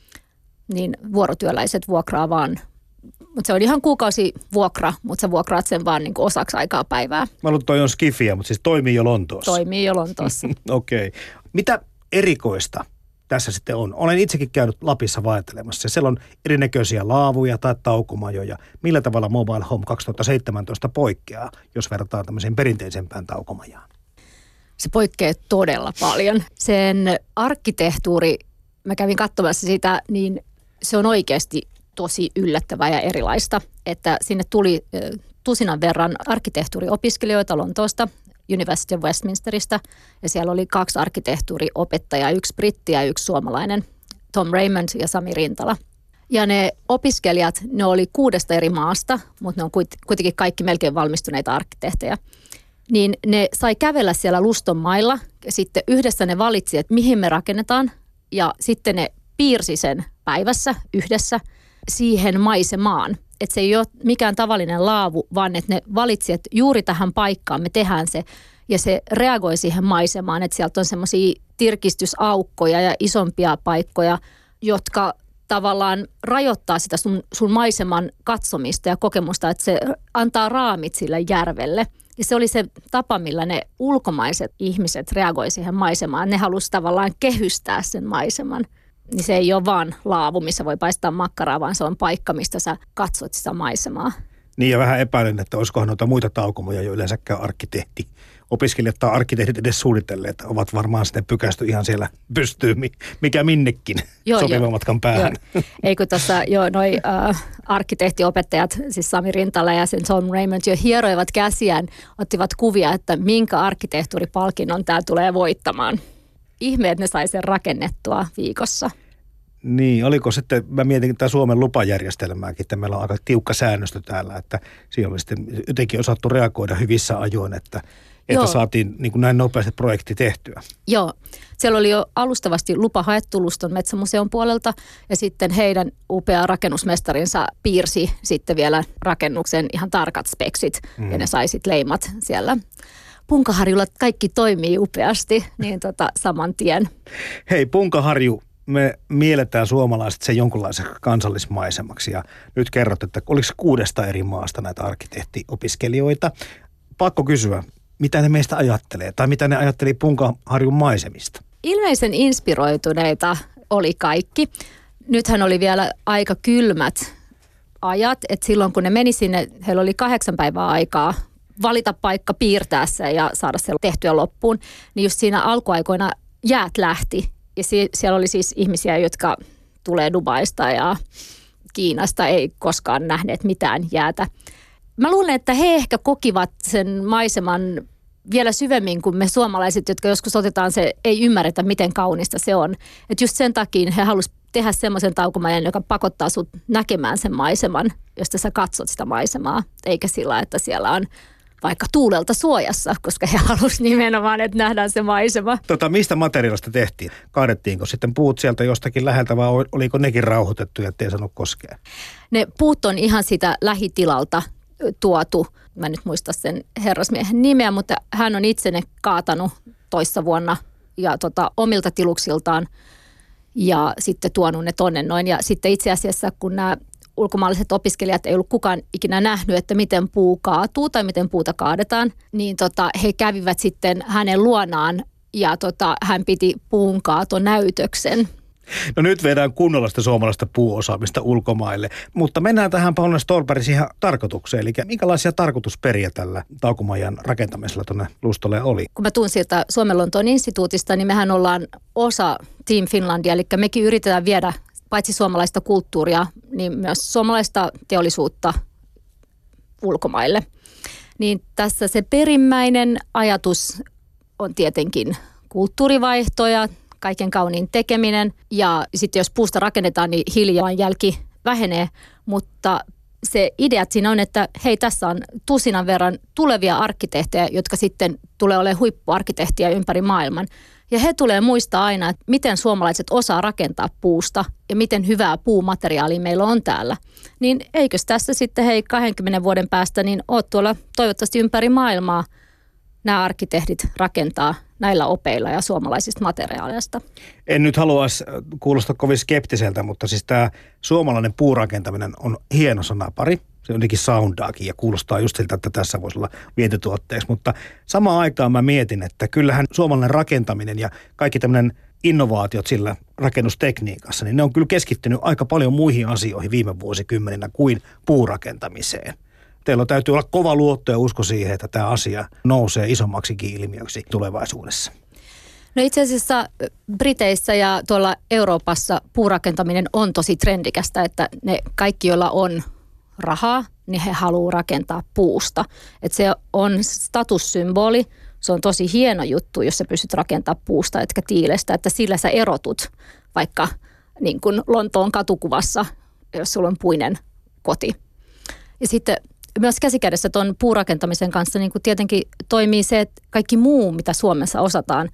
niin vuorotyöläiset vuokraa vaan. Mutta se on ihan kuukausivuokra, mutta sä vuokraat sen vaan niin kuin osaksi aikaa päivää. Mä luulen, että toi on skifiä, mutta siis toimii jo Lontoossa. Toimii jo Lontoossa. Okei. Mitä erikoista tässä sitten on? Olen itsekin käynyt Lapissa vaeltelemassa. Siellä on erinäköisiä laavuja tai taukomajoja. Millä tavalla Mobile Home 2017 poikkeaa, jos verrataan tämmöiseen perinteisempään taukomajaan? Se poikkeaa todella paljon. Sen arkkitehtuuri, mä kävin katsomassa sitä, niin se on oikeasti tosi yllättävää ja erilaista, että sinne tuli tusinan verran arkkitehtuuriopiskelijoita Lontoosta, University of Westminsteristä, ja siellä oli 2 arkkitehtuuriopettajaa, 1 britti ja 1 suomalainen, Tom Raymond ja Sami Rintala. Ja ne opiskelijat, ne oli 6 eri maasta, mutta ne on kuitenkin kaikki melkein valmistuneita arkkitehtejä. Niin ne sai kävellä siellä Luston mailla, ja sitten yhdessä ne valitsi, että mihin me rakennetaan, ja sitten ne piirsi sen päivässä yhdessä siihen maisemaan. Että se ei ole mikään tavallinen laavu, vaan että ne valitsi, että juuri tähän paikkaan me tehdään se. Ja se reagoi siihen maisemaan, että sieltä on semmoisia tirkistysaukkoja ja isompia paikkoja, jotka tavallaan rajoittaa sitä sun maiseman katsomista ja kokemusta, että se antaa raamit sille järvelle. Ja se oli se tapa, millä ne ulkomaiset ihmiset reagoi siihen maisemaan. Ne halusi tavallaan kehystää sen maiseman. Niin se ei ole vaan laavu, missä voi paistaa makkaraa, vaan se on paikka, mistä sä katsot sitä maisemaa. Niin ja vähän epäilen, että olisikohan noita muita taukomoja, jo yleensäkään opiskelijat tai arkkitehdit edes suunnitelleet, ovat varmaan sitten pykästy ihan siellä pystyy, mikä minnekin sopivan matkan päähän. Eikö tuossa jo noi arkkitehtiopettajat, siis Sami Rintala ja sen Tom Raymond jo hieroivat käsiään, ottivat kuvia, että minkä arkkitehtuuripalkinnon tämä tulee voittamaan. Ihme, että ne sai sen rakennettua viikossa. Niin, oliko sitten, mä mietin tätä Suomen lupajärjestelmääkin, että meillä on aika tiukka säännöstö täällä, että siinä oli sitten jotenkin osattu reagoida hyvissä ajoin, että saatiin niin kuin näin nopeasti projekti tehtyä. Joo, siellä oli jo alustavasti lupa haettu Luston metsämuseon puolelta ja sitten heidän upea rakennusmestarinsa piirsi sitten vielä rakennuksen ihan tarkat speksit ja ne sai sitten leimat siellä. Punkaharjulla kaikki toimii upeasti, niin saman tien. Hei, Punkaharju, me mielletään suomalaiset sen jonkunlaisen kansallismaisemaksi ja nyt kerrot, että oliko 6 eri maasta näitä arkkitehtiopiskelijoita. Pakko kysyä, mitä ne meistä ajattelee tai mitä ne ajatteli Punkaharjun maisemista? Ilmeisen inspiroituneita oli kaikki. Nythän oli vielä aika kylmät ajat, että silloin kun ne meni sinne, heillä oli 8 päivää aikaa valita paikka piirtää se ja saada se tehtyä loppuun, niin just siinä alkuaikoina jäät lähti. Ja siellä oli siis ihmisiä, jotka tulee Dubaista ja Kiinasta, ei koskaan nähneet mitään jäätä. Mä luulen, että he ehkä kokivat sen maiseman vielä syvemmin kuin me suomalaiset, jotka joskus otetaan se, ei ymmärretä, miten kaunista se on. Että just sen takia he halusivat tehdä semmoisen taukomajan, joka pakottaa sut näkemään sen maiseman, josta sä katsot sitä maisemaa, eikä sillä, että siellä on vaikka tuulelta suojassa, koska he halusivat nimenomaan, että nähdään se maisema. Mistä materiaalista tehtiin? Kaadettiinko sitten puut sieltä jostakin läheltä vai oliko nekin rauhoitettu ja ettei saanut koskea? Ne puut on ihan sitä lähitilalta tuotu. Mä nyt muista sen herrasmiehen nimeä, mutta hän on itse ne kaatanut toissa vuonna ja omilta tiluksiltaan ja sitten tuonut ne tonne noin. Ja sitten itse asiassa, kun nämä ulkomaalaiset opiskelijat ei ollut kukaan ikinä nähnyt, että miten puu kaatuu tai miten puuta kaadetaan, niin he kävivät sitten hänen luonaan ja hän piti puun kaatonäytöksen. No nyt vedään kunnolla sitä suomalaista puuosaamista ulkomaille, mutta mennään tähän Paula Ståhlbergin ihan tarkoitukseen. Eli minkälaisia tarkoitusperiä tällä taukomajan rakentamisella tuonne Lustolle oli? Kun mä tuun sieltä Suomen-Lontoon instituutista, niin mehän ollaan osa Team Finlandia, eli mekin yritetään viedä paitsi suomalaista kulttuuria, niin myös suomalaista teollisuutta ulkomaille. Niin tässä se perimmäinen ajatus on tietenkin kulttuurivaihto ja kaiken kauniin tekeminen. Ja sitten jos puusta rakennetaan, niin hiilijalanjälki vähenee. Mutta se idea siinä on, että hei, tässä on tusinan verran tulevia arkkitehtejä, jotka sitten tulee olemaan huippuarkkitehtiä ympäri maailman. Ja he tulee muistaa aina, että miten suomalaiset osaa rakentaa puusta ja miten hyvää puumateriaalia meillä on täällä. Niin eikös tässä sitten 20 vuoden päästä, niin oot tuolla toivottavasti ympäri maailmaa nämä arkkitehdit rakentaa näillä opeilla ja suomalaisista materiaaleista. En nyt haluaisi kuulostaa kovin skeptiseltä, mutta siis tämä suomalainen puurakentaminen on hieno sanapari. Se jotenkin soundaakin ja kuulostaa just siltä, että tässä voisi olla vientituotteeksi. Mutta samaan aikaan mä mietin, että kyllähän suomalainen rakentaminen ja kaikki tämmöinen innovaatiot sillä rakennustekniikassa, niin ne on kyllä keskittynyt aika paljon muihin asioihin viime vuosikymmeninä kuin puurakentamiseen. Teillä täytyy olla kova luotto ja usko siihen, että tämä asia nousee isommaksikin ilmiöksi tulevaisuudessa. No itse asiassa Briteissä ja tuolla Euroopassa puurakentaminen on tosi trendikästä, että ne kaikki, joilla on rahaa, niin he haluaa rakentaa puusta. Että se on statussymboli, se on tosi hieno juttu, jos sä pystyt rakentamaan puusta, etkä tiilestä, että sillä sä erotut vaikka niin kuin Lontoon katukuvassa, jos sulla on puinen koti. Ja sitten myös käsikädessä tuon puurakentamisen kanssa niin kuin tietenkin toimii se, että kaikki muu, mitä Suomessa osataan,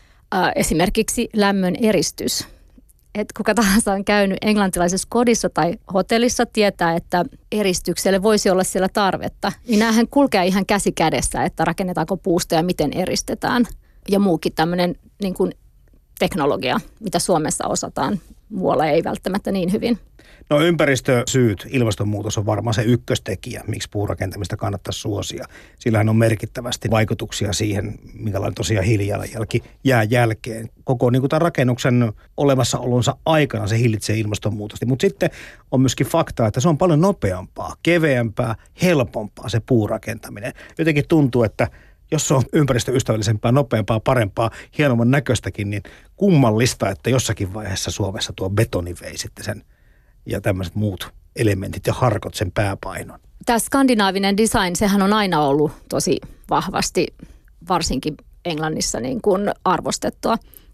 esimerkiksi lämmön eristys. Että kuka tahansa on käynyt englantilaisessa kodissa tai hotellissa, tietää, että eristykselle voisi olla siellä tarvetta. Niin näähän kulkee ihan käsi kädessä, että rakennetaanko puusta ja miten eristetään. Ja muukin tämmöinen niin kuin teknologia, mitä Suomessa osataan, muualla ei välttämättä niin hyvin. No ympäristösyyt, ilmastonmuutos on varmaan se ykköstekijä, miksi puurakentamista kannattaisi suosia. Sillähän on merkittävästi vaikutuksia siihen, minkälainen tosiaan hiilijalanjälki jää jälkeen. Koko niin kuin tämän rakennuksen olemassaolonsa aikana se hillitsee ilmastonmuutosta. Mutta sitten on myöskin fakta, että se on paljon nopeampaa, keveämpää, helpompaa se puurakentaminen. Jotenkin tuntuu, että jos se on ympäristöystävällisempää, nopeampaa, parempaa, hienomman näköistäkin, niin kummallista, että jossakin vaiheessa Suomessa tuo betoni vei sitten sen ja tämmöiset muut elementit ja harkot sen pääpainon. Tämä skandinaavinen design, sehän on aina ollut tosi vahvasti, varsinkin Englannissa niin kuin arvostettua.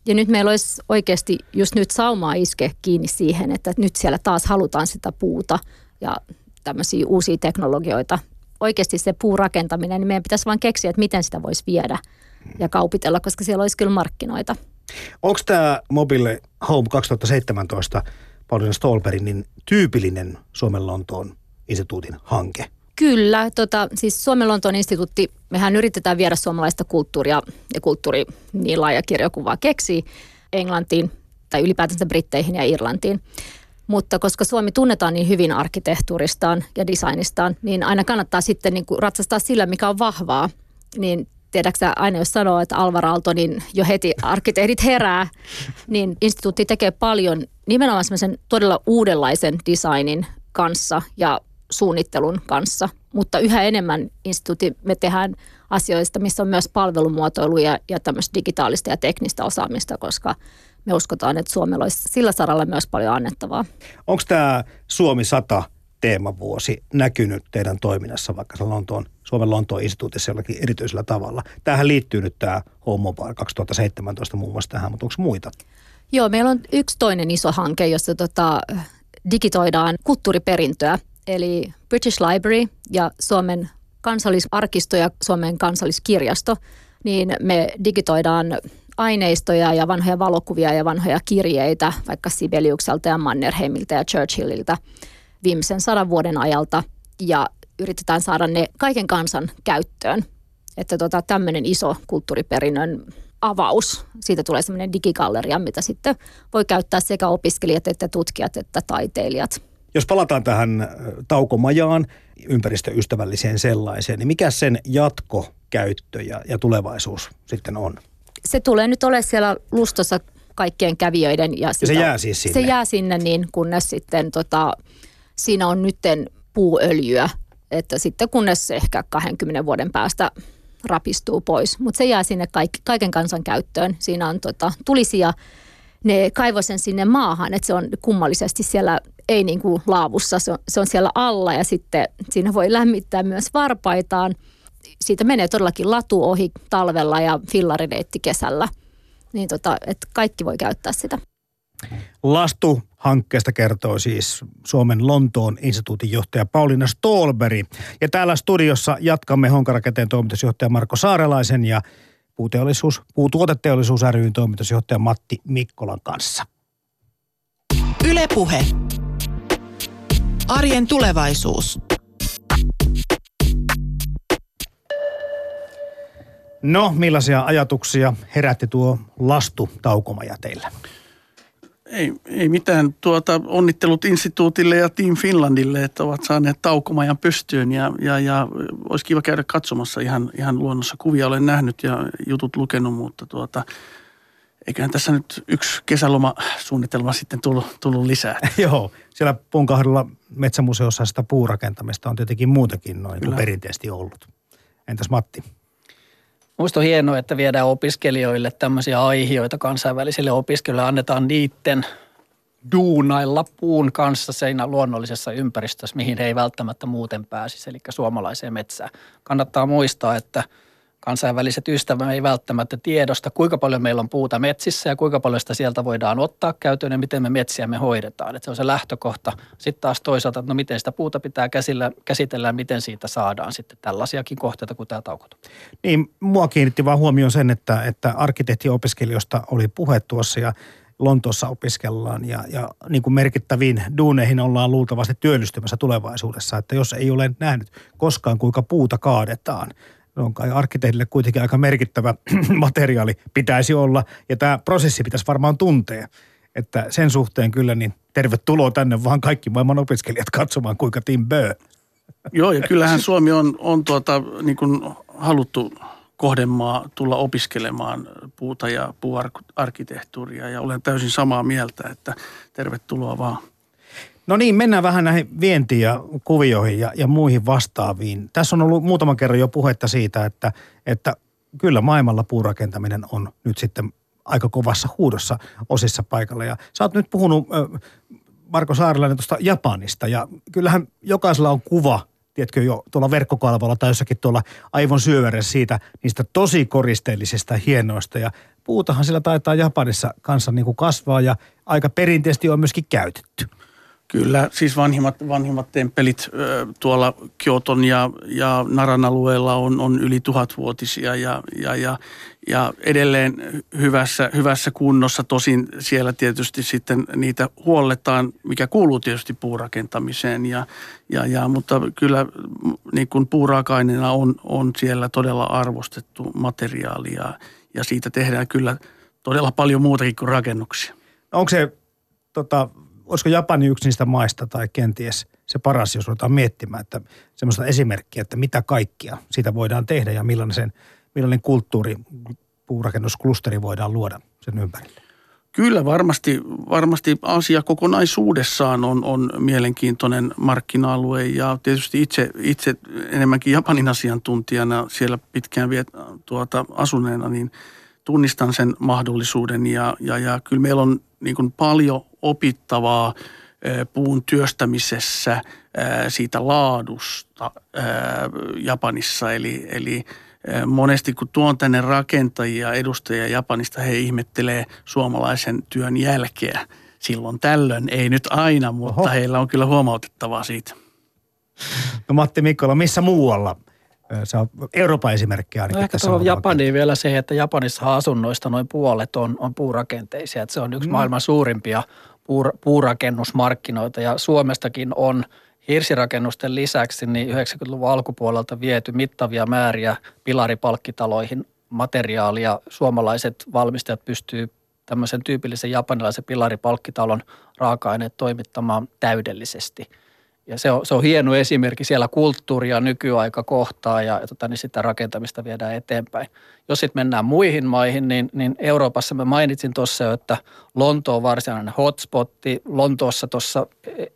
Ja nyt meillä olisi oikeasti just nyt saumaa iske kiinni siihen, että nyt siellä taas halutaan sitä puuta ja tämmöisiä uusia teknologioita. Oikeasti se puurakentaminen, niin meidän pitäisi vaan keksiä, että miten sitä voisi viedä ja kaupitella, koska siellä olisi kyllä markkinoita. Onko tämä Mobile Home 2017 Pauliina Ståhlbergin niin tyypillinen Suomen Lontoon instituutin hanke? Kyllä, siis Suomen Lontoon instituutti, mehän yritetään viedä suomalaista kulttuuria ja kulttuuri niin laaja kirjakuvaa keksii Englantiin tai ylipäätänsä Britteihin ja Irlantiin. Mutta koska Suomi tunnetaan niin hyvin arkkitehtuuristaan ja designistaan, niin aina kannattaa sitten niin kuin ratsastaa sillä, mikä on vahvaa. Niin tiedätkö aina jos sanoo, että Alvar Aalto, niin jo heti arkkitehdit herää, niin instituutti tekee paljon nimenomaan semmoisen todella uudenlaisen designin kanssa ja suunnittelun kanssa, mutta yhä enemmän instituutti me tehdään asioista, missä on myös palvelumuotoiluja ja tämmöistä digitaalista ja teknistä osaamista, koska me uskotaan, että Suomella olisi sillä saralla myös paljon annettavaa. Onko tämä Suomi 100 teemavuosi näkynyt teidän toiminnassa, vaikka se Suomen Lontoon instituutissa jollakin erityisellä tavalla? Tämähän liittyy nyt tämä Home Mobile 2017 muun muassa tähän, mutta onko muita? Joo, meillä on yksi toinen iso hanke, jossa digitoidaan kulttuuriperintöä. Eli British Library ja Suomen kansallisarkisto ja Suomen kansalliskirjasto, niin me digitoidaan aineistoja ja vanhoja valokuvia ja vanhoja kirjeitä vaikka Sibeliukselta ja Mannerheimiltä ja Churchillilta viimeisen 100 vuoden ajalta ja yritetään saada ne kaiken kansan käyttöön. Että tämmöinen iso kulttuuriperinnön avaus, siitä tulee semmoinen digigalleria, mitä sitten voi käyttää sekä opiskelijat että tutkijat että taiteilijat. Jos palataan tähän taukomajaan, ympäristöystävälliseen sellaiseen, niin mikä sen jatkokäyttö ja tulevaisuus sitten on? Se tulee nyt olemaan siellä lustossa kaikkien kävijöiden. Ja se jää siis sinne? Se jää sinne niin, kunnes sitten siinä on nytten puuöljyä, että sitten kunnes se ehkä 20 vuoden päästä rapistuu pois. Mutta se jää sinne kaiken kansan käyttöön. Siinä on tulisia. Ne kaivoi sen sinne maahan, että se on kummallisesti siellä, ei niin kuin laavussa, se on siellä alla ja sitten siinä voi lämmittää myös varpaitaan. Siitä menee todellakin latu ohi talvella ja fillarireitti kesällä, niin että kaikki voi käyttää sitä. Lastu-hankkeesta kertoo siis Suomen Lontoon instituutin johtaja Pauliina Ståhlberg. Ja täällä studiossa jatkamme Honkarakenteen toimitusjohtaja Marko Saarelaisen ja Puutuoteteollisuus ry:n toimitusjohtaja Matti Mikkolan kanssa. Yle Puhe. Arjen tulevaisuus. No, millaisia ajatuksia herätti tuo lastutaukomaja teillä? Ei mitään. Onnittelut instituutille ja Team Finlandille, että ovat saaneet taukomajan pystyyn ja olisi kiva käydä katsomassa ihan luonnossa. Kuvia olen nähnyt ja jutut lukenut, mutta eiköhän tässä nyt yksi kesälomasuunnitelma sitten tullut lisää. Joo, siellä Punkaharjulla metsämuseossa sitä puurakentamista on tietenkin muutenkin noin kuin perinteisesti ollut. Entäs Matti? Minusta on hienoa, että viedään opiskelijoille tämmöisiä aihioita kansainvälisille opiskelijoille. Annetaan niiden duunailla puun kanssa siinä luonnollisessa ympäristössä, mihin he ei välttämättä muuten pääsisi, eli suomalaiseen metsään. Kannattaa muistaa, että kansainväliset ystävämme ei välttämättä tiedosta, kuinka paljon meillä on puuta metsissä ja kuinka paljon sitä sieltä voidaan ottaa käyttöön ja miten me metsiämme hoidetaan. Että se on se lähtökohta. Sitten taas toisaalta, että no miten sitä puuta pitää käsitellä ja miten siitä saadaan sitten tällaisiakin kohteita kuin tämä taukotu. Niin, mua kiinnitti vaan huomioon sen, että arkkitehtiopiskelijoista oli puhe tuossa ja Lontoossa opiskellaan ja niin kuin merkittäviin duuneihin ollaan luultavasti työllistymässä tulevaisuudessa, että jos ei ole nähnyt koskaan kuinka puuta kaadetaan, on kai arkkitehdille kuitenkin aika merkittävä materiaali pitäisi olla ja tämä prosessi pitäisi varmaan tuntea, että sen suhteen kyllä niin tervetuloa tänne vaan kaikki maailman opiskelijat katsomaan kuinka Tim Bö. Joo ja kyllähän Suomi on niin kuin haluttu kohdemaa tulla opiskelemaan puuta ja puuarkkitehtuuria ja olen täysin samaa mieltä, että tervetuloa vaan. No niin, mennään vähän näihin vienti- ja kuvioihin ja muihin vastaaviin. Tässä on ollut muutaman kerran jo puhetta siitä, että kyllä maailmalla puurakentaminen on nyt sitten aika kovassa huudossa osissa paikalla. Ja sä oot nyt puhunut, Marko Saarelainen, tuosta Japanista ja kyllähän jokaisella on kuva, tiedätkö jo tuolla verkkokalvolla tai jossakin tuolla aivon syövereissä siitä niistä tosi koristeellisista, hienoista ja puutahan sillä taitaa Japanissa kanssa niin kuin kasvaa ja aika perinteisesti on myöskin käytetty. Kyllä, siis vanhimmat temppelit tuolla Kyoton ja Naran alueella on yli 1000-vuotisia ja edelleen hyvässä kunnossa. Tosin siellä tietysti sitten niitä huolletaan, mikä kuuluu tietysti puurakentamiseen. Mutta kyllä niin kuin puuraaka-aineena on siellä todella arvostettu materiaali ja siitä tehdään kyllä todella paljon muutakin kuin rakennuksia. Onko se olisiko Japani yksi niistä maista tai kenties se paras, jos ruvetaan miettimään, että semmoista esimerkkiä, että mitä kaikkia siitä voidaan tehdä ja millainen kulttuuri, puurakennusklusteri voidaan luoda sen ympärille? Kyllä, varmasti Aasia kokonaisuudessaan on mielenkiintoinen markkina-alue ja tietysti itse enemmänkin Japanin asiantuntijana siellä pitkään asuneena, niin tunnistan sen mahdollisuuden ja kyllä meillä on niin kuin paljon opittavaa puun työstämisessä siitä laadusta Japanissa. Eli monesti kun tuon tänne rakentajia, edustajia Japanista, he ihmettelee suomalaisen työn jälkeä silloin tällöin. Ei nyt aina, mutta heillä on kyllä huomautettavaa siitä. No Matti Mikkola, missä muualla? Se on Euroopan esimerkki ainakin. No ehkä tuohon Japaniin vielä se, että Japanissa asunnoista noin puolet on puurakenteisia. Että se on yksi maailman suurimpia puurakennusmarkkinoita ja Suomestakin on hirsirakennusten lisäksi niin 90-luvun alkupuolelta viety mittavia määriä pilaripalkkitaloihin materiaalia. Suomalaiset valmistajat pystyy tämmöisen tyypillisen japanilaisen pilaripalkkitalon raaka-aineet toimittamaan täydellisesti. Ja se on hieno esimerkki, siellä kulttuuria nykyaika kohtaa ja niin sitä rakentamista viedään eteenpäin. Jos sitten mennään muihin maihin, niin Euroopassa mä mainitsin tuossa jo, että Lonto on varsinainen hotspotti. Lontoossa tuossa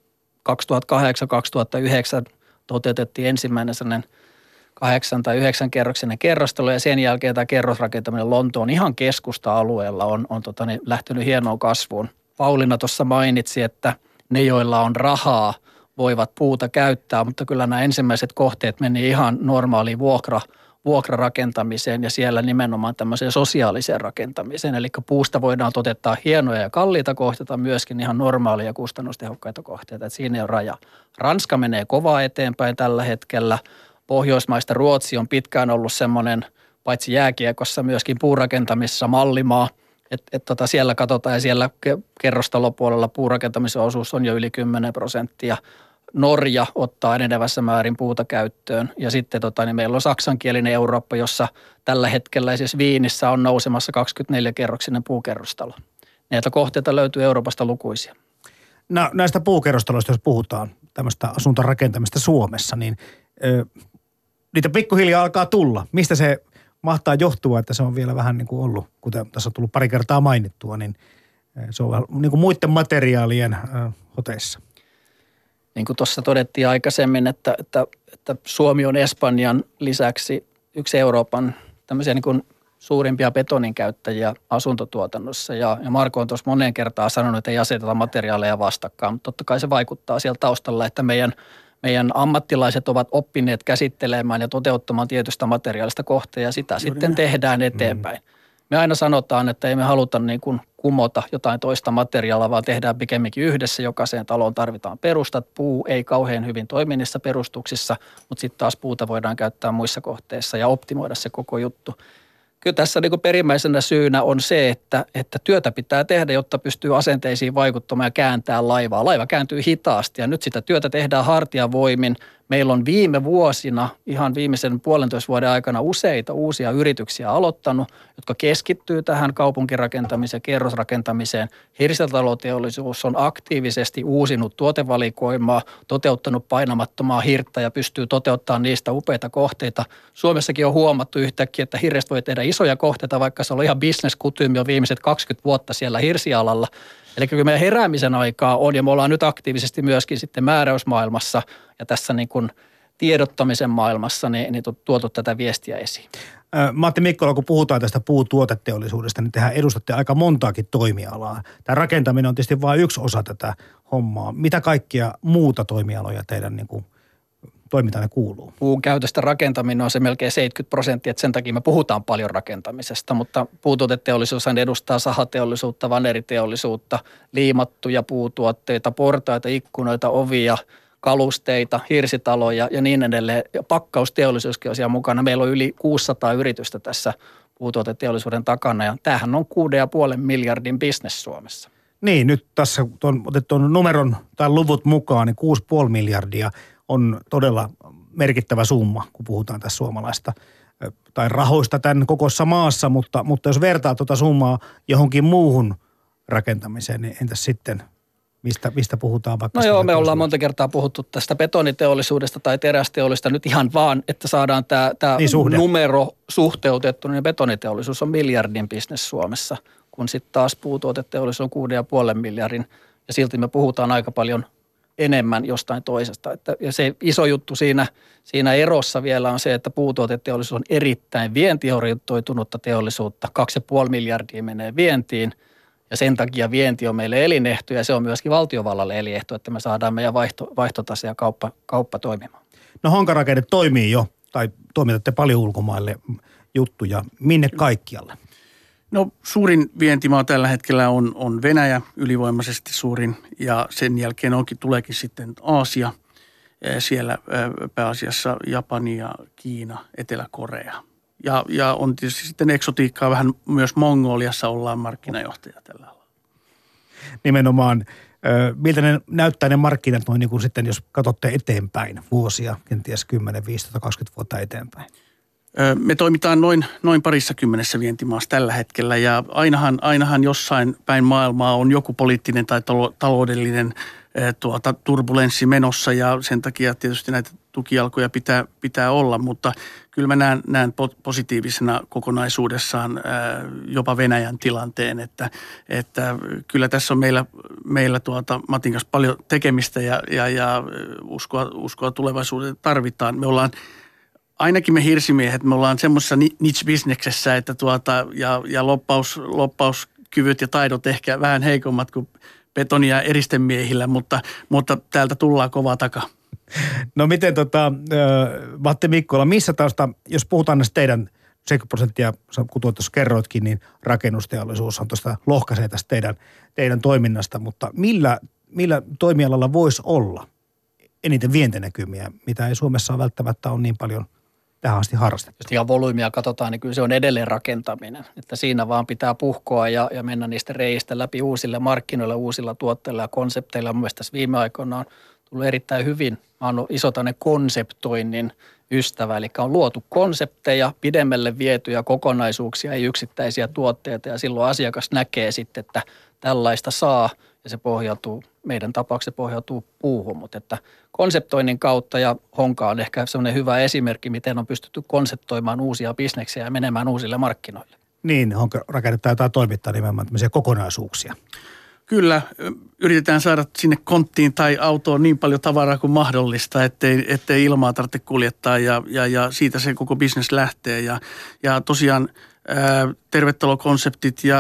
2008-2009 toteutettiin ensimmäinen sellainen 8 tai 9 kerroksinen kerrostalo ja sen jälkeen tämä kerrosrakentaminen Lontoon ihan keskusta-alueella on lähtenyt hienoon kasvuun. Pauliina tuossa mainitsi, että ne, joilla on rahaa, voivat puuta käyttää, mutta kyllä nämä ensimmäiset kohteet meni ihan normaaliin vuokrarakentamiseen ja siellä nimenomaan tämmöiseen sosiaaliseen rakentamiseen. Eli puusta voidaan toteuttaa hienoja ja kalliita kohteita, myöskin ihan normaalia ja kustannustehokkaita kohteita. Että siinä ei ole raja. Ranska menee kovaa eteenpäin tällä hetkellä. Pohjoismaista Ruotsi on pitkään ollut semmoinen, paitsi jääkiekossa myöskin puurakentamisessa mallimaa. Siellä katsotaan ja siellä kerrostalopuolella puurakentamisen osuus on jo yli 10%. Norja ottaa enenevässä määrin puuta käyttöön ja sitten niin meillä on saksankielinen Eurooppa, jossa tällä hetkellä siis Viinissä on nousemassa 24-kerroksinen puukerrostalo. Näitä kohteita löytyy Euroopasta lukuisia. No, näistä puukerrostaloista, jos puhutaan tämmöistä asuntorakentamista Suomessa, niin niitä pikkuhiljaa alkaa tulla. Mistä se mahtaa johtua, että se on vielä vähän niin kuin ollut, kuten tässä on tullut pari kertaa mainittua, niin se on niin kuin muiden materiaalien hoteissa. Niin kuin tuossa todettiin aikaisemmin, että Suomi on Espanjan lisäksi yksi Euroopan tämmöisiä niin kuin suurimpia betonin käyttäjiä asuntotuotannossa. Ja Marko on tuossa moneen kertaan sanonut, että ei aseteta materiaaleja vastakkain, mutta totta kai se vaikuttaa siellä taustalla, että meidän ammattilaiset ovat oppineet käsittelemään ja toteuttamaan tietystä materiaalista kohtaa ja sitä sitten tehdään eteenpäin. Me aina sanotaan, että ei me haluta niin kuin kumota jotain toista materiaalia, vaan tehdään pikemminkin yhdessä. Jokaiseen taloon tarvitaan perustat. Puu ei kauhean hyvin toimi niissä perustuksissa, mutta sitten taas puuta voidaan käyttää muissa kohteissa ja optimoida se koko juttu. Kyllä tässä niin kuin perimmäisenä syynä on se, että työtä pitää tehdä, jotta pystyy asenteisiin vaikuttamaan ja kääntää laivaa. Laiva kääntyy hitaasti ja nyt sitä työtä tehdään hartiavoimin. Meillä on viime vuosina, ihan viimeisen 1,5 vuoden aikana useita uusia yrityksiä aloittanut, jotka keskittyy tähän kaupunkirakentamiseen, kerrosrakentamiseen. Hirsitaloteollisuus on aktiivisesti uusinut tuotevalikoimaa, toteuttanut painamattomaa hirttä ja pystyy toteuttamaan niistä upeita kohteita. Suomessakin on huomattu yhtäkkiä, että hirrestä voi tehdä isoja kohteita, vaikka se on ihan business-kutyymi jo viimeiset 20 vuotta siellä hirsialalla. Eli kyllä meidän heräämisen aikaa on ja me ollaan nyt aktiivisesti myöskin sitten määräysmaailmassa ja tässä niin kuin tiedottamisen maailmassa niin tuotu tätä viestiä esiin. Matti Mikkola, kun puhutaan tästä puutuoteteollisuudesta, niin tehän edustatte aika montaakin toimialaa. Tämä rakentaminen on tietysti vain yksi osa tätä hommaa. Mitä kaikkia muuta toimialoja teidän niin kuin toimintaan ne kuuluu? Puun käytöstä rakentaminen on se melkein 70%, että sen takia me puhutaan paljon rakentamisesta, mutta puutuoteteollisuus edustaa sahateollisuutta, vaneriteollisuutta, liimattuja puutuotteita, portaita, ikkunoita, ovia, kalusteita, hirsitaloja ja niin edelleen. Ja pakkausteollisuuskin on siellä mukana. Meillä on yli 600 yritystä tässä puutuoteteollisuuden takana ja tämähän on 6,5 miljardin bisnes Suomessa. Niin, nyt tässä on otettu numeron tai luvut mukaan, niin 6,5 miljardia on todella merkittävä summa, kun puhutaan tässä suomalaista tai rahoista tämän kokoisessa maassa, mutta jos vertaa tuota summaa johonkin muuhun rakentamiseen, niin entäs sitten, mistä puhutaan vaikka? No joo, me ollaan monta kertaa puhuttu tästä betoniteollisuudesta tai terästeollisuudesta nyt ihan vaan, että saadaan tämä numero suhteutettu, niin betoniteollisuus on miljardin bisnes Suomessa, kun sitten taas puutuoteteollisuus on 6,5 miljardin ja silti me puhutaan aika paljon enemmän jostain toisesta. Ja se iso juttu siinä erossa vielä on se, että puutuoteteollisuus on erittäin vientiorientoitunutta teollisuutta. 2,5 miljardia menee vientiin ja sen takia vienti on meille elinehto ja se on myöskin valtiovallalle elinehto, että me saadaan meidän vaihtotase ja kauppa toimimaan. No Honkarakenne toimii jo tai toimitatte paljon ulkomaille juttuja. Minne kaikkialle? No suurin vientimaa tällä hetkellä on Venäjä, ylivoimaisesti suurin, ja sen jälkeen tuleekin sitten Aasia, siellä pääasiassa Japani ja Kiina, Etelä-Korea. Ja on tietysti sitten eksotiikkaa vähän myös Mongoliassa ollaan markkinajohtaja tällä alalla. Nimenomaan, miltä ne näyttää ne markkinat noin niin kuin sitten, jos katsotte eteenpäin vuosia, kenties 10, 15, 20 vuotta eteenpäin? Me toimitaan noin 20 vientimaassa tällä hetkellä ja ainahan jossain päin maailmaa on joku poliittinen tai taloudellinen turbulenssi menossa ja sen takia tietysti näitä tukijalkoja pitää olla, mutta kyllä mä näen positiivisena kokonaisuudessaan jopa Venäjän tilanteen, että kyllä tässä on meillä Matin kanssa paljon tekemistä ja uskoa tulevaisuuteen tarvitaan. Me ollaan ainakin me hirsimiehet, me ollaan semmoisessa niche-bisneksessä, että ja loppauskyvyt ja taidot ehkä vähän heikommat kuin betoni- ja eristemiehillä, mutta täältä tullaan kovaa takaa. No miten Matti Mikkola, missä tästä, jos puhutaan näistä teidän 70%, kuten tuossa kerroitkin, niin rakennusteollisuus on tuosta lohkaisee tästä teidän toiminnasta, mutta millä toimialalla voisi olla eniten vientinäkymiä, mitä ei Suomessa ole välttämättä ole niin paljon tähän asti harrastettu? Jos ihan volyymia katsotaan, niin kyllä se on edelleen rakentaminen. Että siinä vaan pitää puhkoa ja mennä niistä reistä läpi uusille markkinoille, uusilla tuotteilla ja konsepteilla. Mun mielestä tässä viime aikoina on tullut erittäin hyvin. Mä oon iso tämmöinen konseptoinnin ystävä, eli on luotu konsepteja, pidemmälle vietyjä kokonaisuuksia, ei yksittäisiä tuotteita ja silloin asiakas näkee sitten, että tällaista saa ja se pohjautuu, meidän tapauksessa pohjautuu puuhun, mutta että konseptoinnin kautta ja Honka on ehkä sellainen hyvä esimerkki, miten on pystytty konseptoimaan uusia bisneksiä ja menemään uusille markkinoille. Niin, Honka rakennetaan jotain toimittaa nimenomaan tämmöisiä kokonaisuuksia. Kyllä, yritetään saada sinne konttiin tai autoon niin paljon tavaraa kuin mahdollista, ettei ilmaa tarvitse kuljettaa ja siitä se koko bisnes lähtee. Ja tosiaan tervetulokonseptit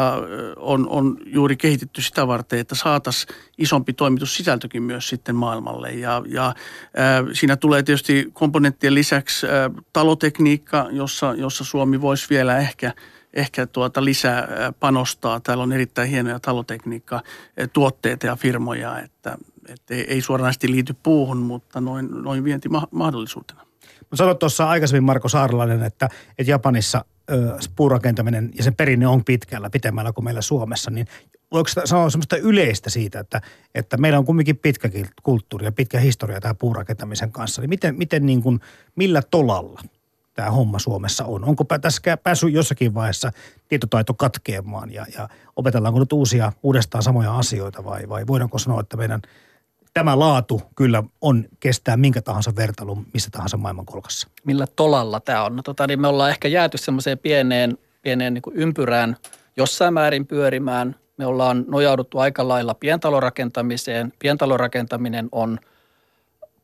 on juuri kehitetty sitä varten, että saataisiin isompi toimitussisältökin myös sitten maailmalle. Ja siinä tulee tietysti komponenttien lisäksi talotekniikka, jossa Suomi voisi vielä ehkä lisää panostaa. Täällä on erittäin hienoja talotekniikka tuotteita ja firmoja, että ei suoranaisesti liity puuhun, mutta noin vientimahdollisuutena. Sanoit tuossa aikaisemmin Marko Saarelainen, että Japanissa puurakentaminen ja sen perinne on pitemmällä kuin meillä Suomessa, niin voiko sanoa semmoista yleistä siitä, että meillä on kumminkin pitkä kulttuuri ja pitkä historia tämä puurakentamisen kanssa, niin miten niin kuin, millä tolalla tämä homma Suomessa on? Onko tässä päässyt jossakin vaiheessa tietotaito katkeamaan ja opetellaanko nyt uudestaan samoja asioita vai voidaanko sanoa, että meidän tämä laatu kyllä kestää minkä tahansa vertailun missä tahansa maailmankolkassa? Millä tolalla tämä on? No, niin me ollaan ehkä jääty semmoiseen pieneen niin kuin ympyrään jossain määrin pyörimään. Me ollaan nojauduttu aika lailla pientalorakentamiseen. Pientalorakentaminen on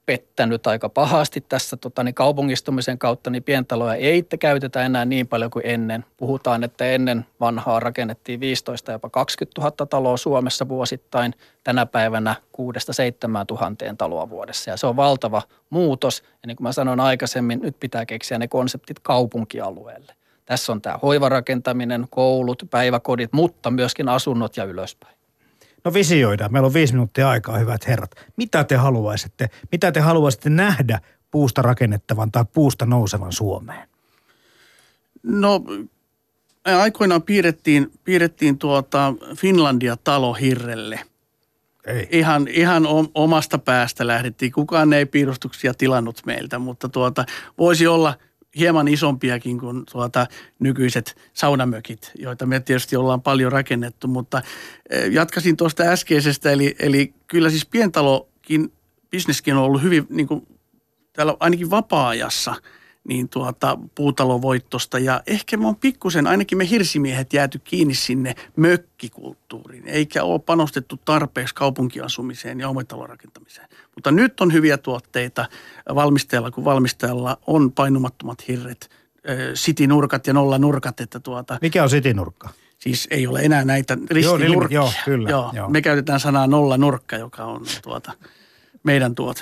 pettänyt aika pahasti tässä kaupungistumisen kautta, niin pientaloja ei käytetä enää niin paljon kuin ennen. Puhutaan, että ennen vanhaa rakennettiin 15 jopa 20 000 taloa Suomessa vuosittain, tänä päivänä 6 000–7 000 taloa vuodessa. Ja se on valtava muutos, ja niin kuin mä sanoin aikaisemmin, nyt pitää keksiä ne konseptit kaupunkialueelle. Tässä on tämä hoivarakentaminen, koulut, päiväkodit, mutta myöskin asunnot ja ylöspäin. No visioidaan. Meillä on 5 minuuttia aikaa, hyvät herrat. Mitä te haluaisitte nähdä puusta rakennettavan tai puusta nousevan Suomeen? No aikoinaan piirrettiin Finlandia-talo hirrelle. Ei. Ihan omasta päästä lähdettiin. Kukaan ei piirustuksia tilannut meiltä, mutta voisi olla hieman isompiakin kuin nykyiset saunamökit, joita me tietysti ollaan paljon rakennettu, mutta jatkaisin tuosta äskeisestä, eli kyllä siis pientalokin, bisneskin on ollut hyvin, niin kuin täällä ainakin vapaa-ajassa, niin puutalovoittosta ja ehkä me on pikkusen, ainakin me hirsimiehet jääty kiinni sinne mökkikulttuuriin, eikä ole panostettu tarpeeksi kaupunkiasumiseen ja omakotitalorakentamiseen. Mutta nyt on hyviä tuotteita valmistajalla, kun valmistajalla on painumattomat hirret, citynurkat ja nollanurkat. Mikä on citynurkka? Siis ei ole enää näitä ristinurkkia. Joo, kyllä. Joo. Me käytetään sanaa nollanurkka, joka on meidän tuote.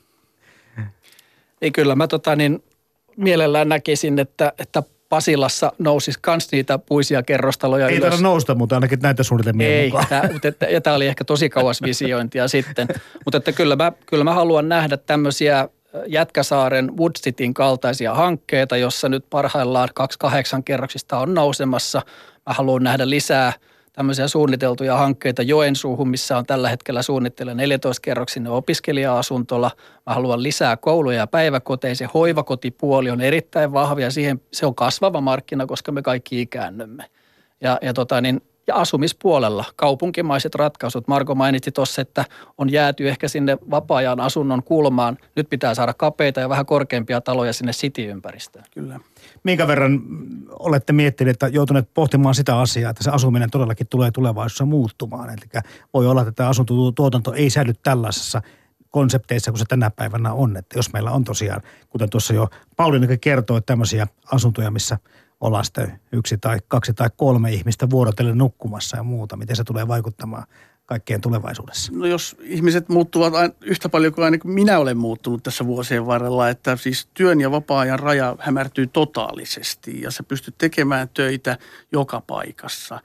Niin kyllä mä mielellään näkisin, että Pasilassa nousisi myös niitä puisia kerrostaloja ei ylös. taida nousta, mutta ainakin näitä suunnitelmia mukaan. Ja tämä oli ehkä tosi kauas visiointia sitten. Mutta että kyllä mä haluan nähdä tämmöisiä Jätkäsaaren Wood Cityn kaltaisia hankkeita, jossa nyt parhaillaan 28 kerroksista on nousemassa. Mä haluan nähdä lisää tämmöisiä suunniteltuja hankkeita Joensuuhun, missä on tällä hetkellä suunnitteilla 14-kerroksinen opiskelija-asuntola. Mä haluan lisää kouluja ja päiväkoteja. Se hoivakotipuoli on erittäin vahva ja se on kasvava markkina, koska me kaikki ikäännymme. Ja asumispuolella kaupunkimaiset ratkaisut. Marko mainitsi tuossa, että on jääty ehkä sinne vapaa-ajan asunnon kulmaan. Nyt pitää saada kapeita ja vähän korkeampia taloja sinne city-ympäristöön. Kyllä. Minkä verran olette miettineet, että joutuneet pohtimaan sitä asiaa, että se asuminen todellakin tulee tulevaisuudessa muuttumaan. Eli voi olla, että tämä asuntotuotanto ei säily tällaisessa konsepteissa, kun se tänä päivänä on. Että jos meillä on tosiaan, kuten tuossa jo Pauliinakin kertoi, tämmöisiä asuntoja, missä ollaan sitten 1 tai 2 tai 3 ihmistä vuorotellen nukkumassa ja muuta. Miten se tulee vaikuttamaan kaikkeen tulevaisuudessa? No jos ihmiset muuttuvat yhtä paljon kuin ainakin minä olen muuttunut tässä vuosien varrella, että siis työn ja vapaa-ajan raja hämärtyy totaalisesti ja sä pystyt tekemään töitä joka paikassa.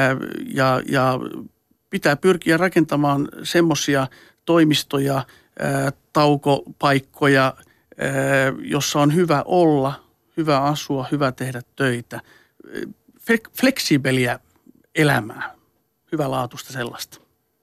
Ja pitää pyrkiä rakentamaan semmoisia toimistoja, taukopaikkoja, jossa on hyvä olla, hyvä asua, hyvä tehdä töitä, fleksiibeliä elämää, hyvälaatuista sellaista.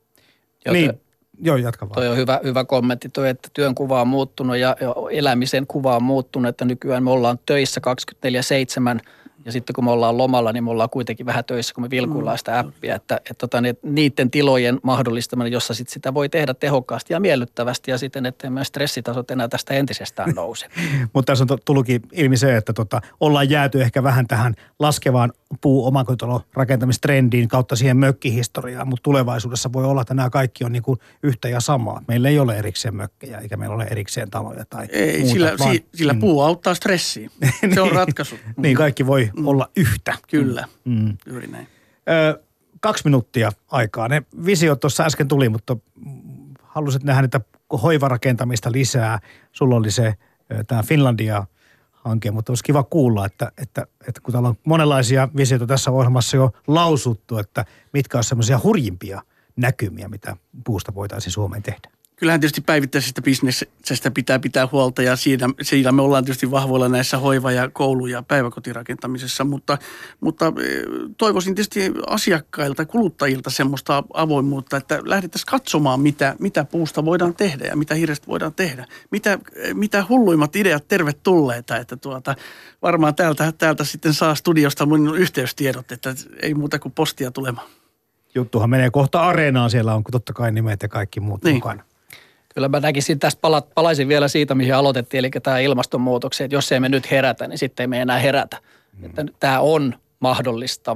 Joo, jatka vaan. Toi on hyvä kommentti toi, että työn kuva on muuttunut ja elämisen kuva on muuttunut, että nykyään me ollaan töissä 24/7 ja sitten kun me ollaan lomalla, niin me ollaan kuitenkin vähän töissä, kun me vilkuillaan sitä appia, että niiden tilojen mahdollistaminen, jossa sit sitä voi tehdä tehokkaasti ja miellyttävästi ja sitten, ettei meidän stressitasot enää tästä entisestään nouse. Mutta tässä on tullutkin ilmi se, että ollaan jääty ehkä vähän tähän laskevaan omakotirakentamistrendiin kautta siihen mökkihistoriaan, mutta tulevaisuudessa voi olla, että nämä kaikki on niin kuin yhtä ja samaa. Meillä ei ole erikseen mökkejä eikä meillä ole erikseen taloja tai ei, muuta. Sillä puu auttaa stressiin. Se on ratkaisu. Niin, kaikki voi olla yhtä. Kyllä, juuri näin. 2 minuuttia aikaa. Ne visiot tuossa äsken tuli, mutta halusit nähdä niitä hoivarakentamista lisää. Sulla oli se tämä Finlandia-hanke, mutta olisi kiva kuulla, että kun täällä on monenlaisia visioita tässä ohjelmassa jo lausuttu, että mitkä on semmoisia hurjimpia näkymiä, mitä puusta voitaisiin Suomeen tehdä. Kyllähän tietysti päivittäisestä bisneksestä pitää huolta ja siinä me ollaan tietysti vahvoilla näissä hoiva- ja koulu- ja päiväkotirakentamisessa, mutta toivoisin tietysti asiakkailta, kuluttajilta semmoista avoimuutta, että lähdettäisiin katsomaan, mitä puusta voidaan tehdä ja mitä hirrestä voidaan tehdä. Mitä hulluimmat ideat tervetulleita, että varmaan täältä sitten saa studiosta mun yhteystiedot, että ei muuta kuin postia tulemaan. Juttuhan menee kohta areenaan, siellä on totta kai nimet ja kaikki muut mukana. Kyllä mä näkisin, tästä palaisin vielä siitä, mihin aloitettiin, eli tämä ilmastonmuutoksen, että jos ei me nyt herätä, niin sitten ei me enää herätä. Että tämä on mahdollistava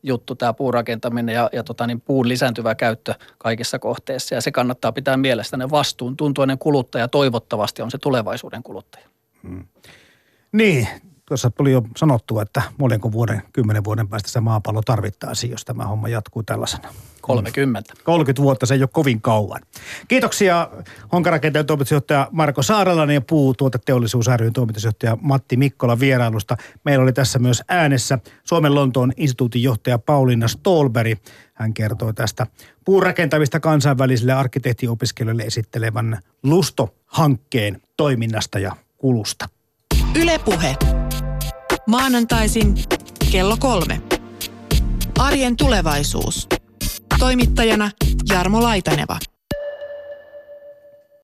juttu tämä puurakentaminen ja puun lisääntyvä käyttö kaikissa kohteissa. Ja se kannattaa pitää mielessä. Ne vastuuntuntoinen kuluttaja toivottavasti on se tulevaisuuden kuluttaja. Niin, tuossa tuli jo sanottua, että monenko 10 vuoden päästä se maapallo tarvittaisiin, jos tämä homma jatkuu tällaisena. 30. 30 vuotta, se ei ole kovin kauan. Kiitoksia Honkarakenteen toimitusjohtaja Marko Saarelainen ja Puutuoteteollisuus ry:n toimitusjohtaja Matti Mikkola vierailusta. Meillä oli tässä myös äänessä Suomen Lontoon instituutin johtaja Pauliina Ståhlberg. Hän kertoi tästä puurakentamista kansainvälisille arkkitehtiopiskelijoille esittelevän Lusto-hankkeen toiminnasta ja kulusta. Yle Puhe. Maanantaisin kello 3. Arjen tulevaisuus. Toimittajana Jarmo Laitaneva.